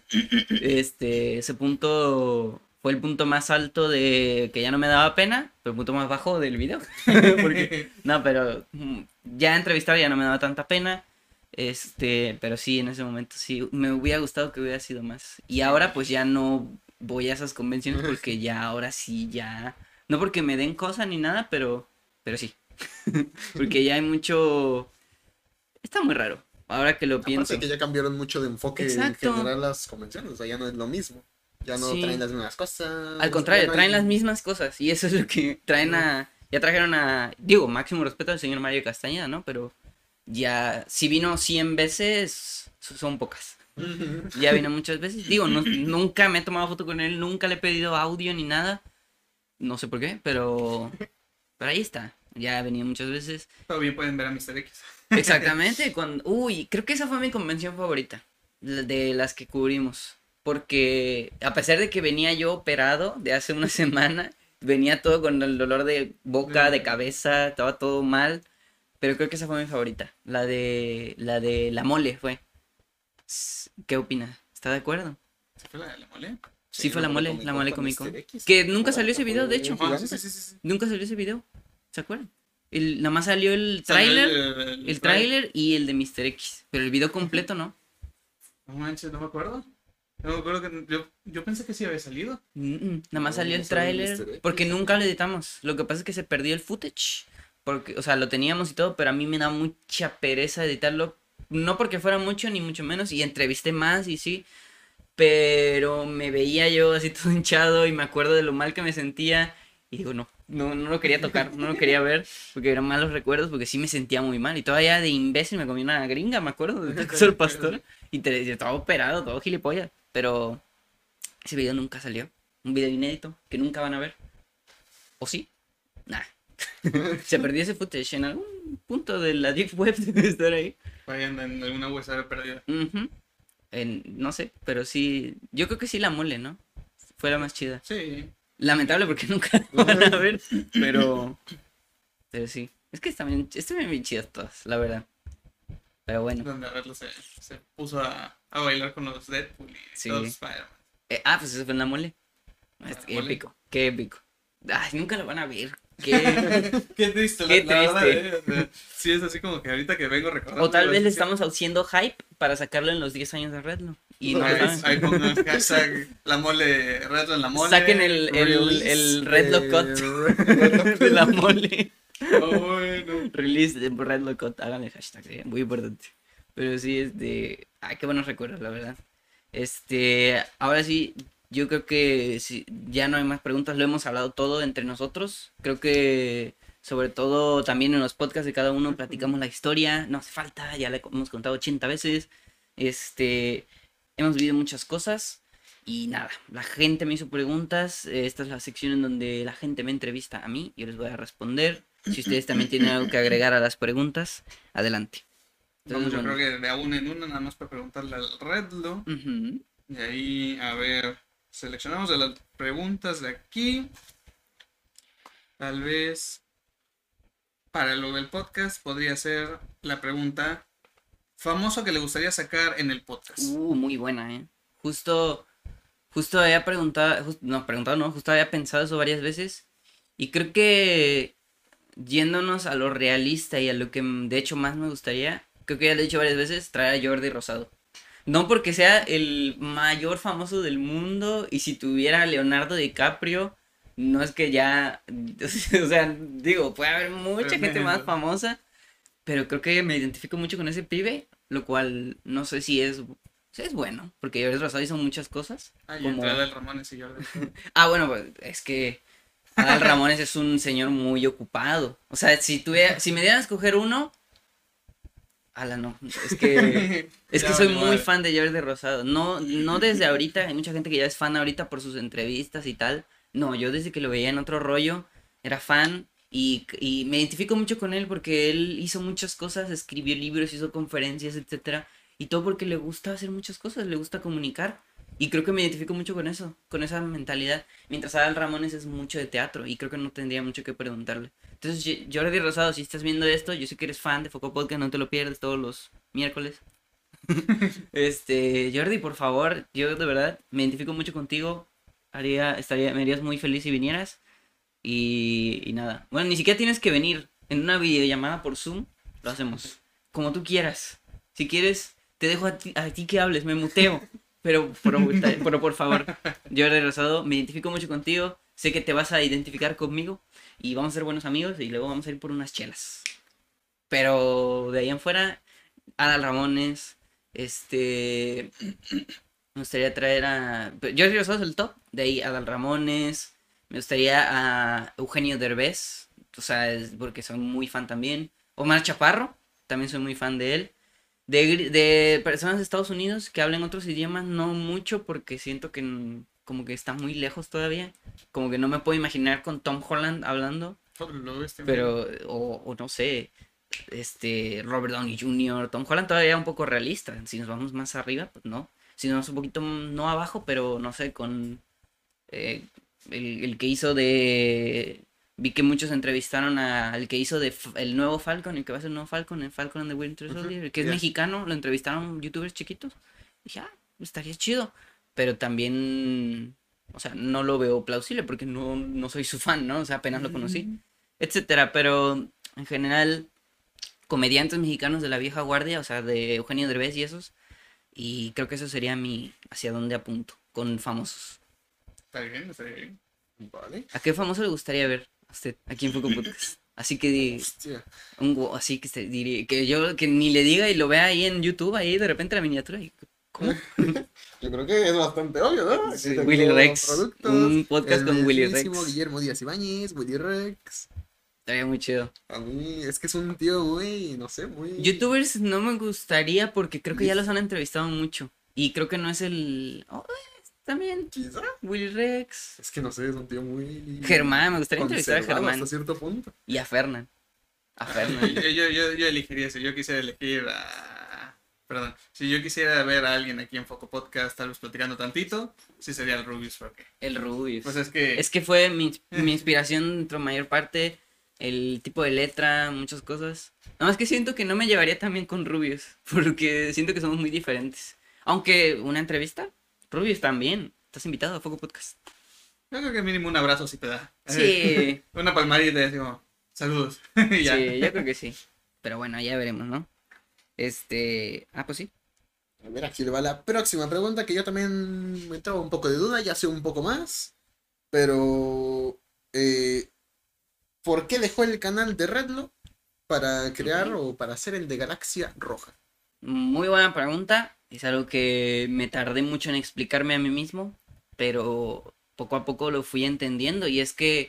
este, ese punto fue el punto más alto de que ya no me daba pena, pero el punto más bajo del video. Porque, no, pero mm, ya entrevistar ya no me daba tanta pena. Este, pero sí, en ese momento sí, me hubiera gustado que hubiera sido más. Y ahora pues ya no voy a esas convenciones porque ya ahora sí, ya, no porque me den cosa ni nada, pero, pero sí. Porque ya hay mucho, está muy raro. Ahora que lo pienso. Aparte que ya cambiaron mucho de enfoque Exacto. en general las convenciones, o sea, ya no es lo mismo. Ya no Sí. traen las mismas cosas. Al contrario, ya no hay- traen las mismas cosas y eso es lo que traen a... Ya trajeron a... Digo, máximo respeto al señor Mario Castañeda, ¿no? Pero ya, si vino cien veces, son pocas. Ujú. Ya vino muchas veces. Digo, no- nunca me he tomado foto con él, nunca le he pedido audio ni nada. No sé por qué, pero... Pero ahí está. Ya ha venido muchas veces. Todavía pueden ver a mister X. Exactamente. Cuando... Uy, creo que esa fue mi convención favorita. la- De las que cubrimos. Porque a pesar de que venía yo operado de hace una semana, venía todo con el dolor de boca, de cabeza, estaba todo mal. Pero creo que esa fue mi favorita. La de la de la mole fue. S- ¿Qué opinas? ¿Está de acuerdo? ¿Se fue la de la mole? Sí, fue la mole, Comic la Con mole con Comic Con. mister X. Que nunca Fue- salió ese video, de fue hecho. Ah, gigante. sí, sí, sí, sí. Nunca salió ese video. ¿Se acuerdan? El, nada más salió el Salió tráiler, el, el tráiler y el de mister X. Pero el video completo no. No manches, no me acuerdo. No me acuerdo que yo, yo pensé que sí había salido. Mm, mm, nada más No, salió no el salió el tráiler mister X. porque nunca lo editamos. Lo que pasa es que se perdió el footage. Porque, o sea, lo teníamos y todo, pero a mí me da mucha pereza editarlo. No porque fuera mucho, ni mucho menos. Y entrevisté más y sí. Pero me veía yo así todo hinchado y me acuerdo de lo mal que me sentía. Y digo, no, no, no lo quería tocar, no lo quería ver. Porque eran malos recuerdos, porque sí me sentía muy mal. Y todavía de imbécil me comí una gringa, me acuerdo, de Taco el Pastor. Y te, y todo operado, todo gilipollas. Pero ese video nunca salió. Un video inédito que nunca van a ver. ¿O sí? Nah. Se perdió ese footage en algún punto de la deep web, debe estar ahí. Ahí anda en alguna U S B perdida. Ujú. En- no sé, pero sí. Yo creo que sí la mole, ¿no? Fue la más chida. Sí. Lamentable porque nunca la van a ver, pero. Pero sí. Es que están bien, están bien chidas todas, la verdad. Pero bueno. Donde Arreglo se, se puso a, a bailar con los Deadpool y Sí. todos Spider-Man. Eh, ah, pues eso fue en la mole. La Es- qué mole. épico, qué épico. Ay, nunca lo van a ver. Qué... Qué triste, Qué la, la verdad, triste. eh, o sea, sí, es así como que ahorita que vengo recordando. O tal vez le así, estamos haciendo hype para sacarlo en los diez años de Redlo. Y no ahí, lo saben. ahí pongan hashtag la mole, retro en la mole. Saquen el, el, Release el Red de- Locot de la mole. Oh, bueno. Release de Red Locot. Háganle hashtag, eh, muy importante. Pero sí, este. Ay, qué buenos recuerdos, la verdad. Este. Ahora sí, yo creo que sí, ya no hay más preguntas. Lo hemos hablado todo entre nosotros. Creo que. Sobre todo también en los podcasts de cada uno platicamos la historia. No hace falta, ya la hemos contado ochenta veces. Este. Hemos vivido muchas cosas. Y nada, la gente me hizo preguntas. eh, Esta es la sección en donde la gente me entrevista a mí. Yo les voy a responder. Si ustedes también tienen algo que agregar a las preguntas, adelante. Vamos, yo Entonces, creo que de a una en una, nada más para preguntarle al Redlo. bueno. Ujú. Y ahí, a ver, seleccionamos de las preguntas de aquí. Tal vez para lo del podcast podría ser la pregunta famoso que le gustaría sacar en el podcast. Uh, muy buena, ¿eh? Justo Justo había preguntado, jus- no, preguntado no, justo había pensado eso varias veces y creo que yéndonos a lo realista y a lo que mm, de hecho más me gustaría, creo que ya lo he dicho varias veces, traer a Jordi Rosado. No porque sea el mayor famoso del mundo y si tuviera a Leonardo DiCaprio, no es que ya, o sea, digo, puede haber mucha gente más Tremendo. famosa, pero creo que me identifico mucho con ese pibe, lo cual no sé si es, si es bueno, porque Jordi Rosado hizo muchas cosas, Ah, y como... entre Adal Ramones y Jordi. Ah, bueno, pues es que Adal Ramones es un señor muy ocupado. O sea, si tuviera, si me dieran a escoger uno, ala no, es que es Ya que soy vale muy madre. fan de Jordi Rosado. No, no desde ahorita, hay mucha gente que ya es fan ahorita por sus entrevistas y tal. No, yo desde que lo veía en otro rollo era fan y, y me identifico mucho con él porque él hizo muchas cosas, escribió libros, hizo conferencias, etcétera, y todo porque le gusta hacer muchas cosas, le gusta comunicar. Y creo que me identifico mucho con eso, con esa mentalidad. Mientras Adal Ramones es mucho de teatro y creo que no tendría mucho que preguntarle. Entonces, Ye- Jordi Rosado, si estás viendo esto, yo sé que eres fan de Foco Podcast, no te lo pierdes todos los miércoles. Este, Jordi, por favor, yo de verdad me identifico mucho contigo. Haría, estaría, me harías muy feliz si vinieras. Y, y nada. Bueno, ni siquiera tienes que venir. En una videollamada por Zoom, lo hacemos. Como tú quieras. Si quieres, te dejo a ti, a ti que hables, me muteo. Pero, pero, pero por favor, Jordi Rosado, me identifico mucho contigo. Sé que te vas a identificar conmigo. Y vamos a ser buenos amigos. Y luego vamos a ir por unas chelas. Pero de ahí en fuera, Adal Ramones. Este. Me gustaría traer a. Jordi Rosado es el top. De ahí Adal Ramones. Me gustaría a Eugenio Derbez. O sea, es porque soy muy fan también. Omar Chaparro. También soy muy fan de él. De, gri- de personas de Estados Unidos que hablen otros idiomas, no mucho porque siento que mm, como que está muy lejos todavía. Como que no me puedo imaginar con Tom Holland hablando. Luego este Pero, o, o no sé, este, Robert Downey junior, Tom Holland todavía un poco realista. Si nos vamos más arriba, pues no. Si nos vamos un poquito, mm, no abajo, pero no sé, con eh, el, el que hizo de... Vi que muchos entrevistaron a- al que hizo de F- el nuevo Falcon, el que va a ser el nuevo Falcon, el Falcon and the Winter Ujú, Soldier, el que es ya. mexicano, lo entrevistaron youtubers chiquitos. Dije, ah, estaría chido. Pero también, o sea, no lo veo plausible porque no, no soy su fan, ¿no? O sea, apenas lo conocí, etcétera. Pero en general, comediantes mexicanos de la vieja guardia, o sea, de Eugenio Derbez y esos. Y creo que eso sería mi, hacia dónde apunto, con famosos. Está bien, está bien. Vale. ¿A qué famoso le gustaría ver a usted aquí en Foco Podcast? Así que di- Hostia. un gu- así que se diría, que yo que ni le diga y lo vea ahí en YouTube, ahí de repente la miniatura y ¿cómo? Yo creo que es bastante obvio, ¿no? Aquí Sí, tengo Willy Rex, productos, un podcast el con Willy mismísimo Rex. Guillermo Díaz Ibáñez, Willy Rex. Estaría muy chido. A mí es que es un tío muy, no sé, muy... YouTubers no me gustaría porque creo que ya los han entrevistado mucho. Y creo que no es el. Oh, también. Quizá. Willy Rex. Es que no sé, es un tío muy... Germán, me gustaría entrevistar a conservado Germán. hasta cierto punto. Y a Fernan. A Yo, Fernan. yo, yo, yo elegiría eso. Yo quisiera elegir a. Perdón. Si yo quisiera ver a alguien aquí en Foco Podcast, tal vez platicando tantito, sí sería el Rubius. Porque, El Rubius. pues es que. Es que fue mi, mi inspiración dentro mayor parte. El tipo de letra, muchas cosas. Nada más que siento que no me llevaría tan bien con Rubius. Porque siento que somos muy diferentes. Aunque una entrevista, Rubius también. Estás invitado a Foco Podcast. Yo creo que mínimo un abrazo sí te da. Sí. Una palmadita y digo, saludos. Y ya. Sí, yo creo que sí. Pero bueno, ya veremos, ¿no? Este. Ah, pues sí. A ver, aquí le va la próxima pregunta que yo también me entraba un poco de duda, ya sé un poco más. Pero... eh, ¿por qué dejó el canal de Redlo para crear o para hacer el de Galaxia Roja? Muy buena pregunta. Es algo que me tardé mucho en explicarme a mí mismo. Pero poco a poco lo fui entendiendo. Y es que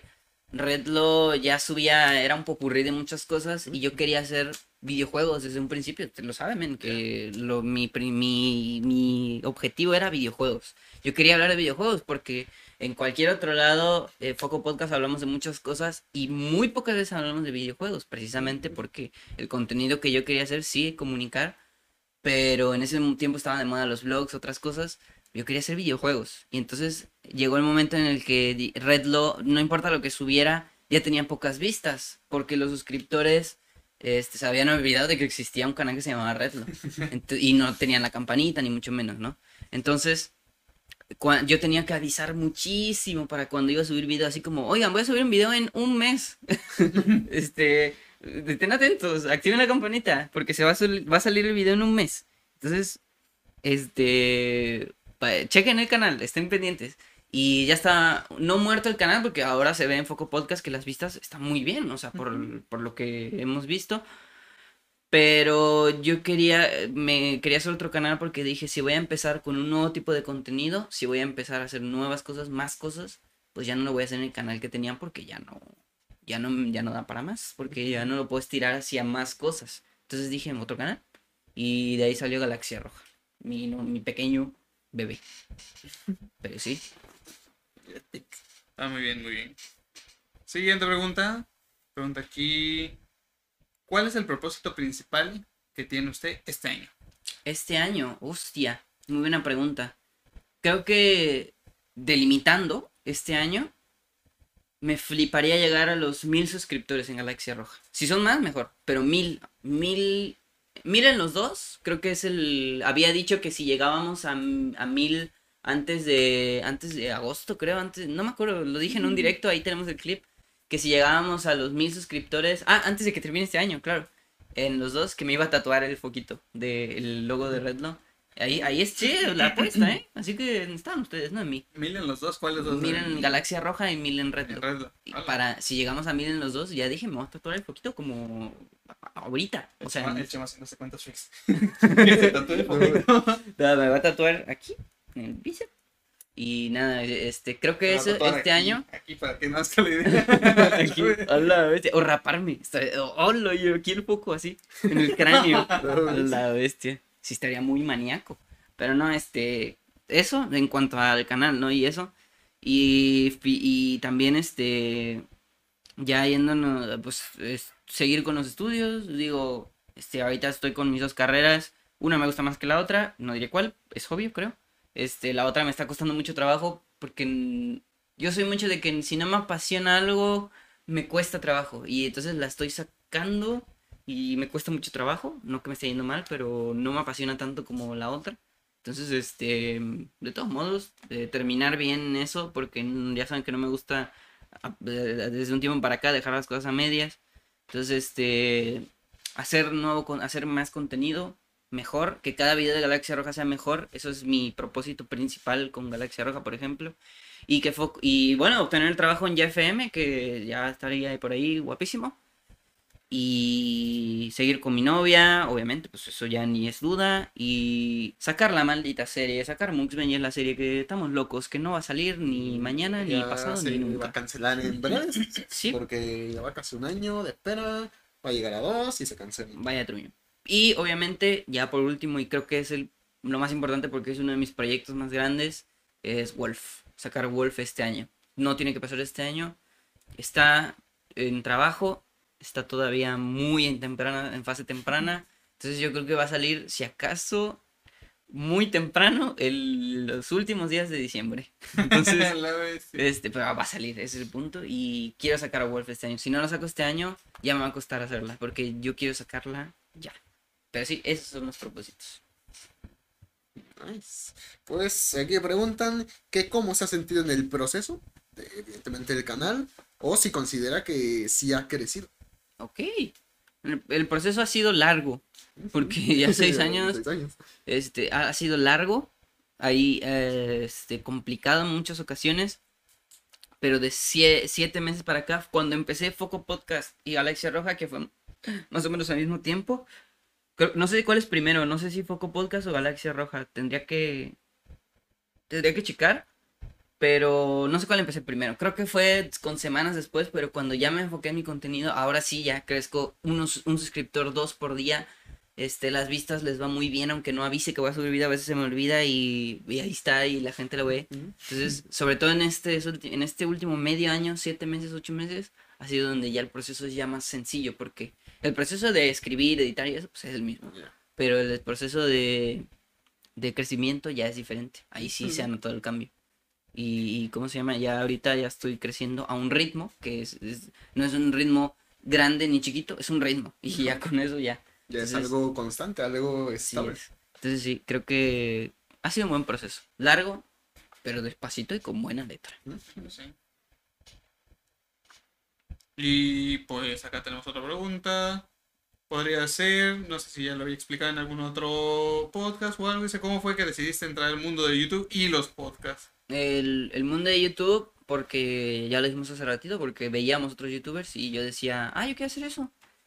Redlo ya subía, era un popurrí de muchas cosas. Y yo quería hacer videojuegos desde un principio. Te lo saben, men, que lo, mi, pri- mi, mi objetivo era videojuegos. Yo quería hablar de videojuegos porque en cualquier otro lado, eh, Foco Podcast hablamos de muchas cosas y muy pocas veces hablamos de videojuegos, precisamente porque el contenido que yo quería hacer sí comunicar, pero en ese tiempo estaban de moda los vlogs, otras cosas. Yo quería hacer videojuegos y entonces llegó el momento en el que di- Redlo, no importa lo que subiera, ya tenía pocas vistas porque los suscriptores este, se habían olvidado de que existía un canal que se llamaba Redlo Ent- y no tenían la campanita ni mucho menos, ¿no? Entonces cua- yo tenía que avisar muchísimo para cuando iba a subir video, así como, oigan, voy a subir un video en un mes. Este, estén atentos, activen la campanita, porque se va a, sol- va a salir el video en un mes. Entonces, este, pa- chequen el canal, estén pendientes. Y ya está, no muerto el canal, porque ahora se ve en Foco Podcast que las vistas están muy bien, o sea, por, por lo que hemos visto. Pero yo quería, me quería hacer otro canal porque dije, si voy a empezar con un nuevo tipo de contenido, si voy a empezar a hacer nuevas cosas, más cosas, pues ya no lo voy a hacer en el canal que tenía porque ya no, ya no, ya no da para más, porque ya no lo puedo estirar hacia más cosas. Entonces dije, en otro canal, y de ahí salió Galaxia Roja, mi, no, mi pequeño bebé. Pero sí, Ah, muy bien, muy bien. Siguiente pregunta. Pregunta aquí. ¿Cuál es el propósito principal que tiene usted este año? este año, hostia, muy buena pregunta. Creo que delimitando este año, me fliparía llegar a los mil suscriptores en Galaxia Roja. Si son más, mejor. Pero mil, mil, mil en los dos. Creo que es el. Había dicho que si llegábamos a, a mil antes de, antes de agosto, creo, antes, no me acuerdo, lo dije en un directo, ahí tenemos el clip. Que si llegábamos a los mil suscriptores. Ah, antes de que termine este año, claro. En los dos, que me iba a tatuar el foquito del logo de Redlo. Ahí, ahí es chido la apuesta, ¿eh? Así que están ustedes, no en mí. ¿Mil en los dos? ¿Cuáles dos? Mil en Galaxia Roja y mil en En Redlo. Redlo. Y Ala. para, si llegamos a mil en los dos, ya dije, me voy a tatuar el foquito como ahorita. O El sea, Chema- el Chema haciendo no sé cuántos fix. Que se tatúe el poquito. nada, me voy a tatuar aquí, en el bíceps. Y nada, este, creo que Se va a eso, tatuar este aquí, año. Aquí para que nazca la idea. Aquí, a la bestia. O raparme. Estaría- Hola, yo aquí el foco así, en el cráneo. A la bestia. Sí, estaría muy maníaco. Pero no, este. Eso en cuanto al canal, ¿no? Y eso. Y, fi- y también, este. Ya yéndonos, pues, es- seguir con los estudios. Digo, este, ahorita estoy con mis dos carreras. Una me gusta más que la otra. No diré cuál, es obvio, creo. Este, la otra me está costando mucho trabajo porque mm, yo soy mucho de que si no me apasiona algo, me cuesta trabajo. Y entonces la estoy sacando y me cuesta mucho trabajo. No que me esté yendo mal, pero no me apasiona tanto como la otra. Entonces, este, de todos modos, de terminar bien eso, porque mm, ya saben que no me gusta a- de- desde un tiempo para acá dejar las cosas a medias. Entonces, este, hacer nuevo, con, hacer más contenido, mejor, que cada video de Galaxia Roja sea mejor. Eso es mi propósito principal con Galaxia Roja, por ejemplo. Y que fo- y bueno, obtener el trabajo en Y F M, que ya estaría por ahí guapísimo. Y seguir con mi novia, obviamente, pues eso ya ni es duda. Y sacar la maldita serie, sacar Mukbang es la serie que estamos locos, que no va a salir ni mañana, ni Ya pasado, se ni va a nunca. cancelar en breve. Sí. Porque ya va casi un año de espera. Va a llegar a dos y se cancela. Vaya truño. Y obviamente, ya por último, y creo que es el, lo más importante porque es uno de mis proyectos más grandes, es Wolf. Sacar Wolf este año. No tiene que pasar este año. Está en trabajo. Está todavía muy en temprana, en fase temprana. Entonces yo creo que va a salir, si acaso, muy temprano, el, los últimos días de diciembre. Entonces, La bestia. este, pero va a salir, ese es el punto. Y quiero sacar a Wolf este año. Si no la saco este año, ya me va a costar hacerla. Porque yo quiero sacarla ya. Pero sí, esos son los propósitos. Nice. Pues aquí me preguntan que cómo se ha sentido en el proceso, de, evidentemente del canal, o si considera que sí ha crecido. Ok. El, el proceso ha sido largo. Porque ya seis años, Seis años. este, ha, ha sido largo. Ahí, eh, este, complicado en muchas ocasiones. Pero de sie- siete meses para acá, cuando empecé Foco Podcast y Galaxia Roja, que fue más o menos al mismo tiempo. Creo- no sé cuál es primero, no sé si Foco Podcast o Galaxia Roja. Tendría que. Tendría que checar. Pero no sé cuál empecé primero. Creo que fue con semanas después, pero cuando ya me enfoqué en mi contenido, ahora sí ya crezco unos, un suscriptor, dos por día. Este, las vistas les va muy bien, aunque no avise que voy a subir video, a veces se me olvida y, y ahí está y la gente lo ve. Entonces, sobre todo en este, en este último medio año, siete meses, ocho meses, ha sido donde ya el proceso es ya más sencillo, porque el proceso de escribir, editar y eso, pues es el mismo. Ya. Pero el proceso de, de crecimiento ya es diferente. Ahí sí se ha notado el cambio. Y, y ¿cómo se llama? Ya ahorita ya estoy creciendo a un ritmo que es, es- no es un ritmo grande ni chiquito, es un ritmo. Y ya con eso ya. Ya es Entonces, algo constante, algo sí estable. es. Entonces sí, creo que ha sido un buen proceso. Largo, pero despacito y con buena letra. Sí. Y pues acá tenemos otra pregunta. Podría ser, no sé si ya lo había explicado en algún otro podcast o algo, dice, ¿cómo fue que decidiste entrar al mundo de YouTube y los podcasts? El, el mundo de YouTube, porque ya lo dijimos hace ratito, porque veíamos otros youtubers y yo decía, ah, yo quiero hacer eso.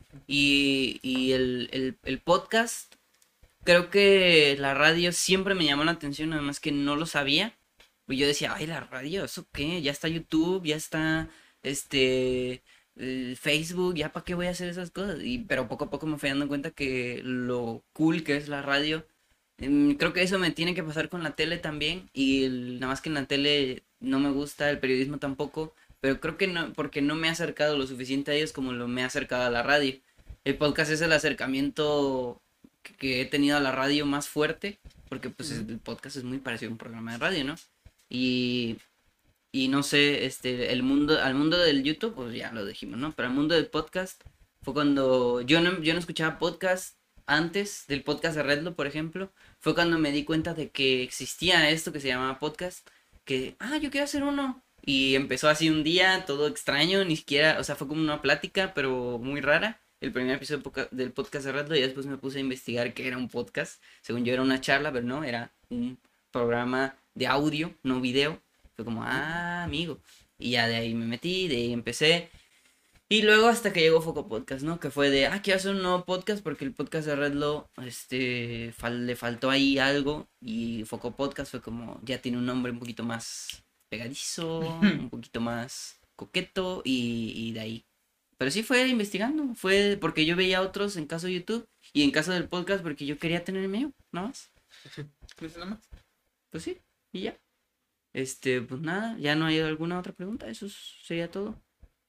Y, y el, el, el podcast, creo que la radio siempre me llamó la atención, además que no lo sabía. Y yo decía, ay, la radio, ¿eso qué? Ya está YouTube, ya está este el Facebook, ya para qué voy a hacer esas cosas. Y, pero poco a poco me fui dando cuenta que lo cool que es la radio. em, creo que eso me tiene que pasar con la tele también. Y el- nada más que en la tele no me gusta, el periodismo tampoco. Pero creo que no, porque no me he acercado lo suficiente a ellos como lo me he acercado a la radio. El podcast es el acercamiento que, que he tenido a la radio más fuerte. Porque pues es- el podcast es muy parecido a un programa de radio, ¿no? Y, y no sé, este, el mundo, al mundo del YouTube, pues ya lo dijimos, ¿no? Pero al mundo del podcast fue cuando yo no, yo no escuchaba podcast antes del podcast de Redlo, por ejemplo. Fue cuando me di cuenta de que existía esto que se llamaba podcast. Que, ah, yo quiero hacer uno. Y empezó así un día, todo extraño, ni siquiera, o sea, fue como una plática, pero muy rara. El primer episodio poca- del podcast de Redlo, y después me puse a investigar qué era un podcast. Según yo era una charla, pero no, era un programa de audio, no video. Fue como, ah, amigo. Y ya de ahí me metí, de ahí empecé. Y luego hasta que llegó Foco Podcast, ¿no? Que fue de, ah, quiero hacer un nuevo podcast porque el podcast de Redlo, este, fal- le faltó ahí algo. Y Foco Podcast fue como, ya tiene un nombre un poquito más pegadizo, un poquito más coqueto y, y de ahí. Pero sí fue investigando, fue porque yo veía otros en caso de YouTube y en caso del podcast porque yo quería tener el mío, nada más. ¿Dice nada más? Pues sí, y ya. Este, pues nada, ya no hay alguna otra pregunta, eso sería todo.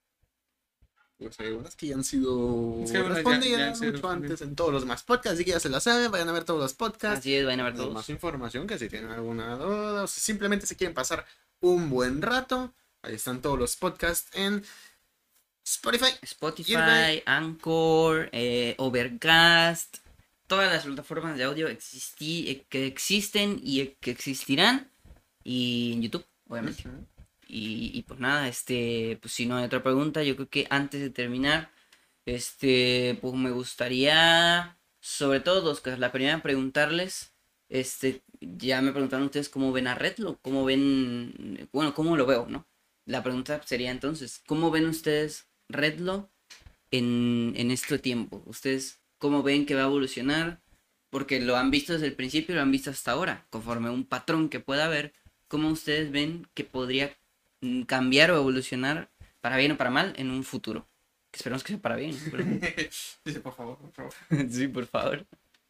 Pues hay unas que ya han sido Es que algunas ya- respondidas ya han sido mucho respondidas. antes en todos los más podcasts, así que ya se la saben, vayan a ver todos los podcasts. Así es, vayan a ver Hay todos. más información, que si tienen alguna duda o si simplemente se quieren pasar un buen rato, ahí están todos los podcasts en Spotify. Spotify, Irvine. Anchor, eh, Overcast, todas las plataformas de audio existi eh, que existen y eh, que existirán. Y en YouTube, obviamente. Y, y pues nada, este, pues si no hay otra pregunta, yo creo que antes de terminar, este, pues me gustaría, sobre todo dos cosas. La primera, preguntarles, este, ya me preguntaron ustedes cómo ven a Redlo, cómo ven, bueno, cómo lo veo, ¿no? La pregunta sería entonces, ¿cómo ven ustedes Redlo en, en este tiempo? ¿Ustedes cómo ven que va a evolucionar? Porque lo han visto desde el principio y lo han visto hasta ahora, conforme un patrón que pueda haber. ¿Cómo ustedes ven que podría mm, cambiar o evolucionar para bien o para mal en un futuro? Que esperemos que sea para bien. ¿No? Pero- Dice, por favor, por favor. sí, por favor.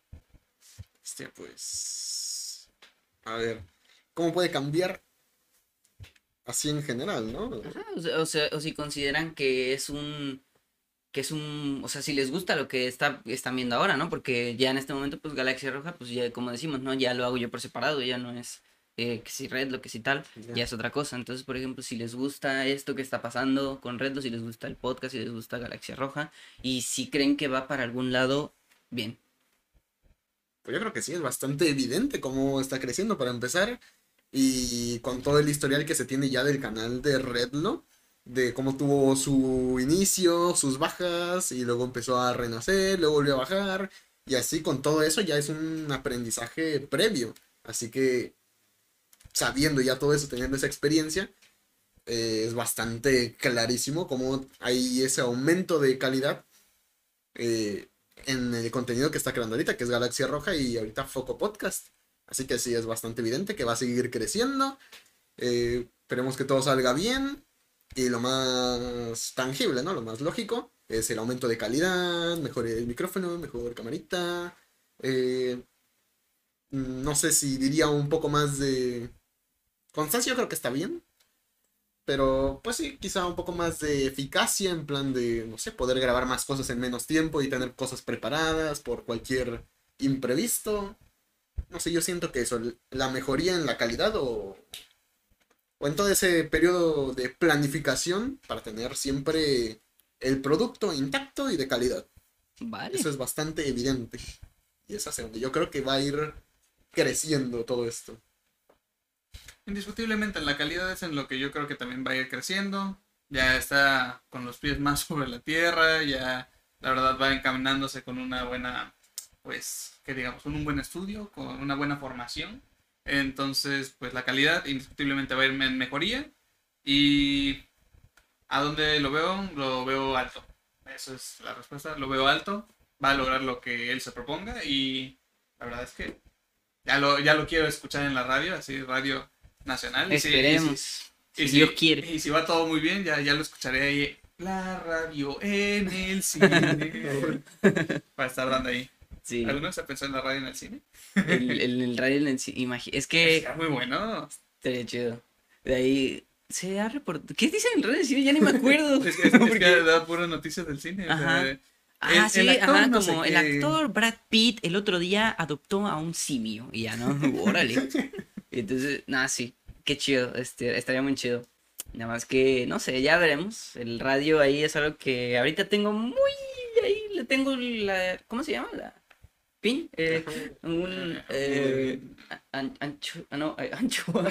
Este, pues. A ver, ¿cómo puede cambiar así en general, no? Ajá, o, sea, o sea, o si consideran que es un que es un, o sea, si les gusta lo que está, están viendo ahora, ¿no? Porque ya en este momento, pues Galaxia Roja, pues ya como decimos, ¿no? Ya lo hago yo por separado, ya no es eh, que si Red, lo que si tal, Ya. ya es otra cosa. Entonces, por ejemplo, si les gusta esto que está pasando con Redlo, si les gusta el podcast, si les gusta Galaxia Roja, y si creen que va para algún lado, bien. Pues yo creo que sí, es bastante evidente cómo está creciendo para empezar. Y con todo el historial que se tiene ya del canal de Redlo, de cómo tuvo su inicio, sus bajas, y luego empezó a renacer, luego volvió a bajar, y así con todo eso ya es un aprendizaje previo. Así que sabiendo ya todo eso, teniendo esa experiencia, eh, es bastante clarísimo cómo hay ese aumento de calidad eh, en el contenido que está creando ahorita, que es Galaxia Roja y ahorita Foco Podcast. Así que sí, es bastante evidente que va a seguir creciendo. Eh, esperemos que todo salga bien. Y lo más tangible, ¿no? Lo más lógico es el aumento de calidad, mejor el micrófono, mejor camarita. Eh, no sé si diría un poco más de constancia, yo creo que está bien. Pero pues sí, quizá un poco más de eficacia en plan de, no sé, poder grabar más cosas en menos tiempo y tener cosas preparadas por cualquier imprevisto. No sé, yo siento que eso, la mejoría en la calidad o, o en todo ese periodo de planificación para tener siempre el producto intacto y de calidad. Vale. Eso es bastante evidente. Y es hacia donde yo creo que va a ir creciendo todo esto. indiscutiblemente la calidad es en lo que yo creo que también va a ir creciendo. Ya está con los pies más sobre la tierra, ya la verdad va encaminándose con una buena, pues, que digamos, con un buen estudio, con una buena formación. Entonces, pues la calidad indiscutiblemente va a ir en mejoría. Y ¿a dónde lo veo? Lo veo alto. Esa es la respuesta. Lo veo alto. Va a lograr lo que él se proponga. Y la verdad es que ya lo, ya lo quiero escuchar en la radio, así, radio nacional. Y si- Esperemos. y si- si y si- Dios quiere. Y si va todo muy bien, ya, ya lo escucharé ahí. La radio en el cine. Va a estar dando ahí. Sí. ¿Alguno se pensó en la radio en el cine? El, el, el radio en el ci- imagi- Es que Está muy bueno. estaría chido. De ahí se ha reportado. ¿Qué dicen en el radio? Sí, ya ni me acuerdo. Es que, es, es Porque- que da puras noticias del cine. o sea, Ajá. de- Ah, el- sí, el actor ajá, no sé como el qué. actor Brad Pitt el otro día adoptó a un simio y ya, ¿no? Órale. Entonces, nada, sí, qué chido, este, estaría muy chido. Nada más que, no sé, ya veremos. El radio ahí es algo que ahorita tengo muy, ahí le tengo la, ¿cómo se llama? La pin, eh, un, eh, an- ancho, ah, no, eh, ancho, una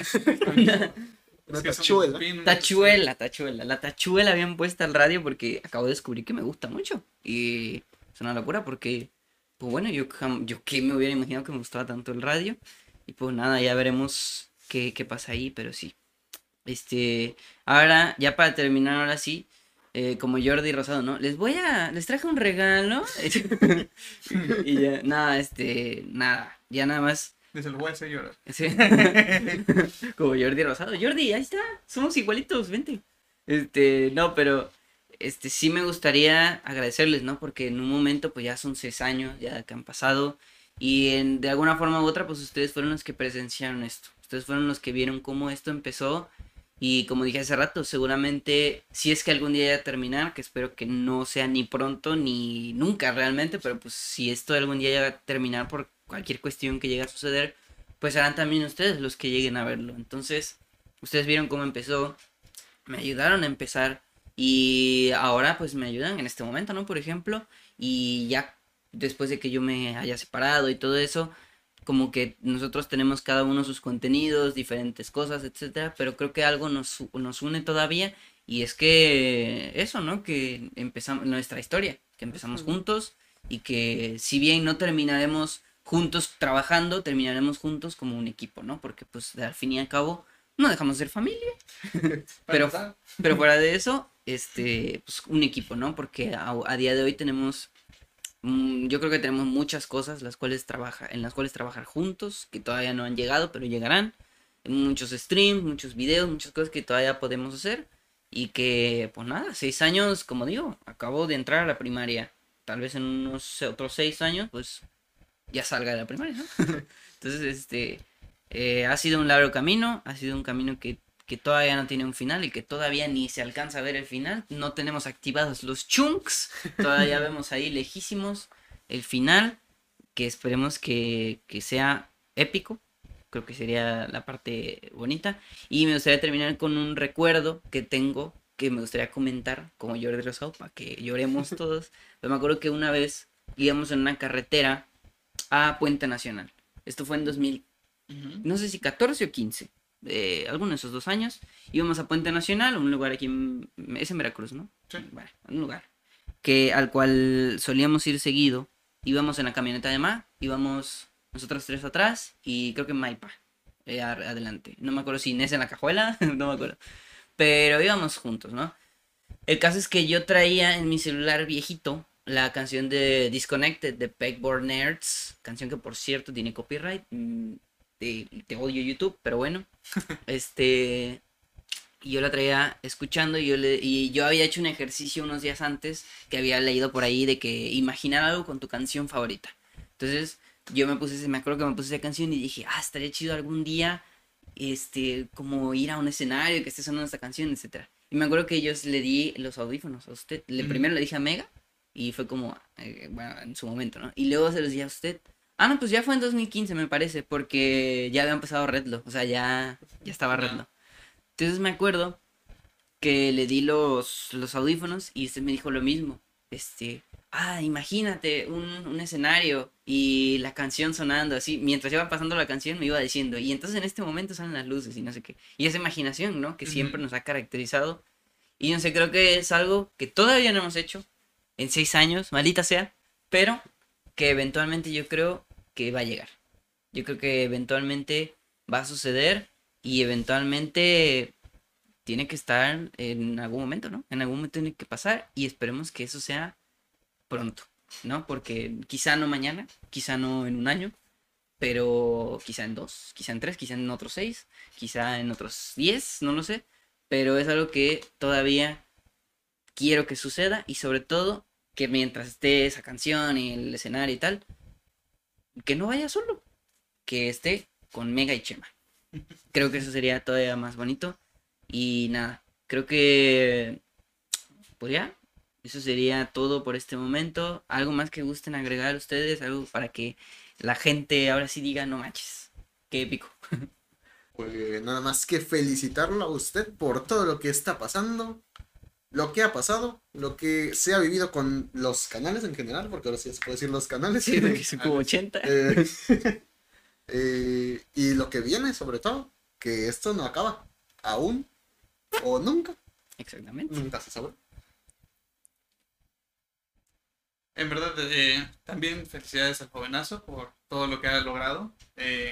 Una es que es un tachuela. pin- tachuela, tachuela, la tachuela habían puesto al radio porque acabo de descubrir que me gusta mucho y es una locura porque, pues bueno, yo, jam- yo que me hubiera imaginado que me gustaba tanto el radio y pues nada, ya veremos qué, qué pasa ahí, pero sí. Este, ahora, ya para terminar, ahora sí, eh, como Jordi Rosado, ¿no? Les voy a, les traje un regalo. Y ya, nada, este, nada, ya nada más. Dice, lo voy a hacer llorar. Sí. Como Jordi Rosado. Jordi, ahí está, somos igualitos, vente. Este, no, pero, este, sí me gustaría agradecerles, ¿no? Porque en un momento, pues ya son seis años, ya que han pasado. Y en, de alguna forma u otra, pues ustedes fueron los que presenciaron esto. Ustedes fueron los que vieron cómo esto empezó. Y como dije hace rato, seguramente si es que algún día llega a terminar, que espero que no sea ni pronto ni nunca realmente, pero pues si esto algún día llega a terminar por cualquier cuestión que llegue a suceder, pues serán también ustedes los que lleguen a verlo. Entonces, ustedes vieron cómo empezó, me ayudaron a empezar y ahora pues me ayudan en este momento, ¿no? Por ejemplo, y ya después de que yo me haya separado y todo eso, como que nosotros tenemos cada uno sus contenidos, diferentes cosas, etcétera, pero creo que algo nos, nos une todavía y es que eso, ¿no? Que empezamos nuestra historia, que empezamos juntos y que si bien no terminaremos juntos trabajando, terminaremos juntos como un equipo, ¿no? Porque pues al fin y al cabo no dejamos de ser familia, pero, empezar. pero fuera de eso, este, pues un equipo, ¿no? Porque a, a día de hoy tenemos Mm, yo creo que tenemos muchas cosas las cuales trabaja, en las cuales trabajar juntos, que todavía no han llegado, pero llegarán. Muchos streams, muchos videos, muchas cosas que todavía podemos hacer. Y que, pues nada, seis años, como digo, acabo de entrar a la primaria. Tal vez en unos otros seis años, pues ya salga de la primaria, ¿no? Entonces, este, eh, ha sido un largo camino, ha sido un camino que, que todavía no tiene un final y que todavía ni se alcanza a ver el final. No tenemos activados los chunks, todavía vemos ahí lejísimos el final, que esperemos que, que sea épico. Creo que sería la parte bonita. Y me gustaría terminar con un recuerdo que tengo, que me gustaría comentar, como Jordi Rosado, para que lloremos todos. Pero me acuerdo que una vez íbamos en una carretera a Puente Nacional. Esto fue en dos mil, Ujú. no sé si catorce o quince. Eh, alguno de esos dos años. Íbamos a Puente Nacional, un lugar aquí en, es en Veracruz, ¿no? Sí. Bueno, un lugar que al cual solíamos ir seguido. Íbamos en la camioneta de Ma, íbamos nosotros tres atrás y creo que Maipa eh, a- adelante. No me acuerdo si Inés en la cajuela, no me acuerdo. Pero íbamos juntos, ¿no? El caso es que yo traía en mi celular viejito la canción de Disconnected de Pegboard Nerds, canción que por cierto tiene copyright. mm, Te, te odio YouTube, pero bueno. Este. Y yo la traía escuchando y yo, le, y yo había hecho un ejercicio unos días antes que había leído por ahí de que imaginar algo con tu canción favorita. Entonces yo me puse, ese- me acuerdo que me puse esa canción y dije, ah, estaría chido algún día, este, como ir a un escenario que esté sonando esta canción, etcétera. Y me acuerdo que yo le di los audífonos a usted. Le, Ujú. Primero le dije a Mega y fue como, eh, bueno, en su momento, ¿no? Y luego se los di a usted. Ah, no, pues ya fue en dos mil quince me parece, porque ya había empezado Redlo, o sea, ya, ya estaba Ya. Redlo. Entonces me acuerdo que le di los, los audífonos y usted me dijo lo mismo. Este, ah, imagínate un, un escenario y la canción sonando así, mientras iba pasando la canción me iba diciendo, y entonces en este momento salen las luces y no sé qué. Y esa imaginación, ¿no? Que siempre Ujú. nos ha caracterizado. Y no sé, creo que es algo que todavía no hemos hecho en seis años, maldita sea, pero que eventualmente yo creo que va a llegar. Yo creo que eventualmente va a suceder y eventualmente tiene que estar en algún momento, ¿no? En algún momento tiene que pasar y esperemos que eso sea pronto, ¿no? Porque quizá no mañana, quizá no en un año, pero quizá en dos, quizá en tres, quizá en otros seis, quizá en otros diez, no lo sé, pero es algo que todavía quiero que suceda y sobre todo que mientras esté esa canción y el escenario y tal, que no vaya solo, que esté con Mega y Chema. Creo que eso sería todavía más bonito y nada, creo que pues ya, eso sería todo por este momento. ¿Algo más que gusten agregar ustedes? Algo para que la gente ahora sí diga, no manches, qué épico. Pues nada más que felicitarlo a usted por todo lo que está pasando, lo que ha pasado, lo que se ha vivido con los canales en general, porque ahora sí se puede decir los canales. Sí, porque son como ochenta. Eh, eh, y lo que viene, sobre todo, que esto no acaba. Aún o nunca. Exactamente. Nunca se sabe. En verdad, eh, también felicidades al jovenazo por todo lo que ha logrado. Eh,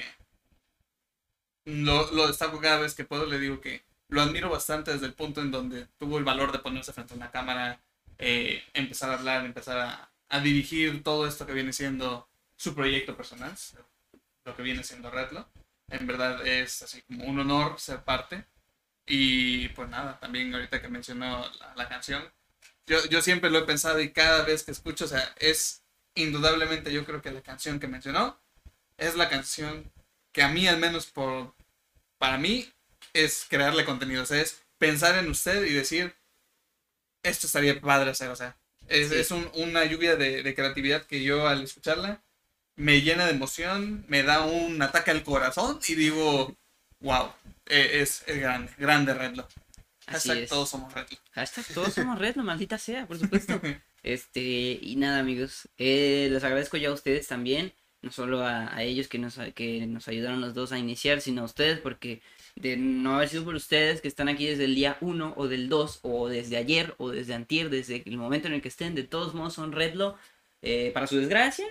lo, lo destaco cada vez que puedo, le digo que lo admiro bastante desde el punto en donde tuvo el valor de ponerse frente a una cámara, eh, empezar a hablar, empezar a, a dirigir todo esto que viene siendo su proyecto personal, lo que viene siendo Redlo. En verdad es así como un honor ser parte. Y pues nada, también ahorita que mencionó la, la canción, yo, yo siempre lo he pensado y cada vez que escucho, o sea, es indudablemente yo creo que la canción que mencionó es la canción que a mí al menos por, para mí es crearle contenido, o sea, es pensar en usted y decir, esto estaría padre hacer, o sea, es, Sí. es un, una lluvia de, de creatividad que yo al escucharla me llena de emoción, me da un ataque al corazón y digo, wow, eh, es, es grande, grande Redlo. Así Hashtag es. todos somos Redlo. Hashtag todos somos red, no maldita sea, por supuesto. Este, y nada, amigos. Eh, les agradezco ya a ustedes también. No solo a, a ellos que nos, que nos ayudaron los dos a iniciar, sino a ustedes, porque de no haber sido por ustedes que están aquí desde el día uno o del dos o desde ayer o desde antier, desde el momento en el que estén, de todos modos son Redlo. Eh, para su desgracia.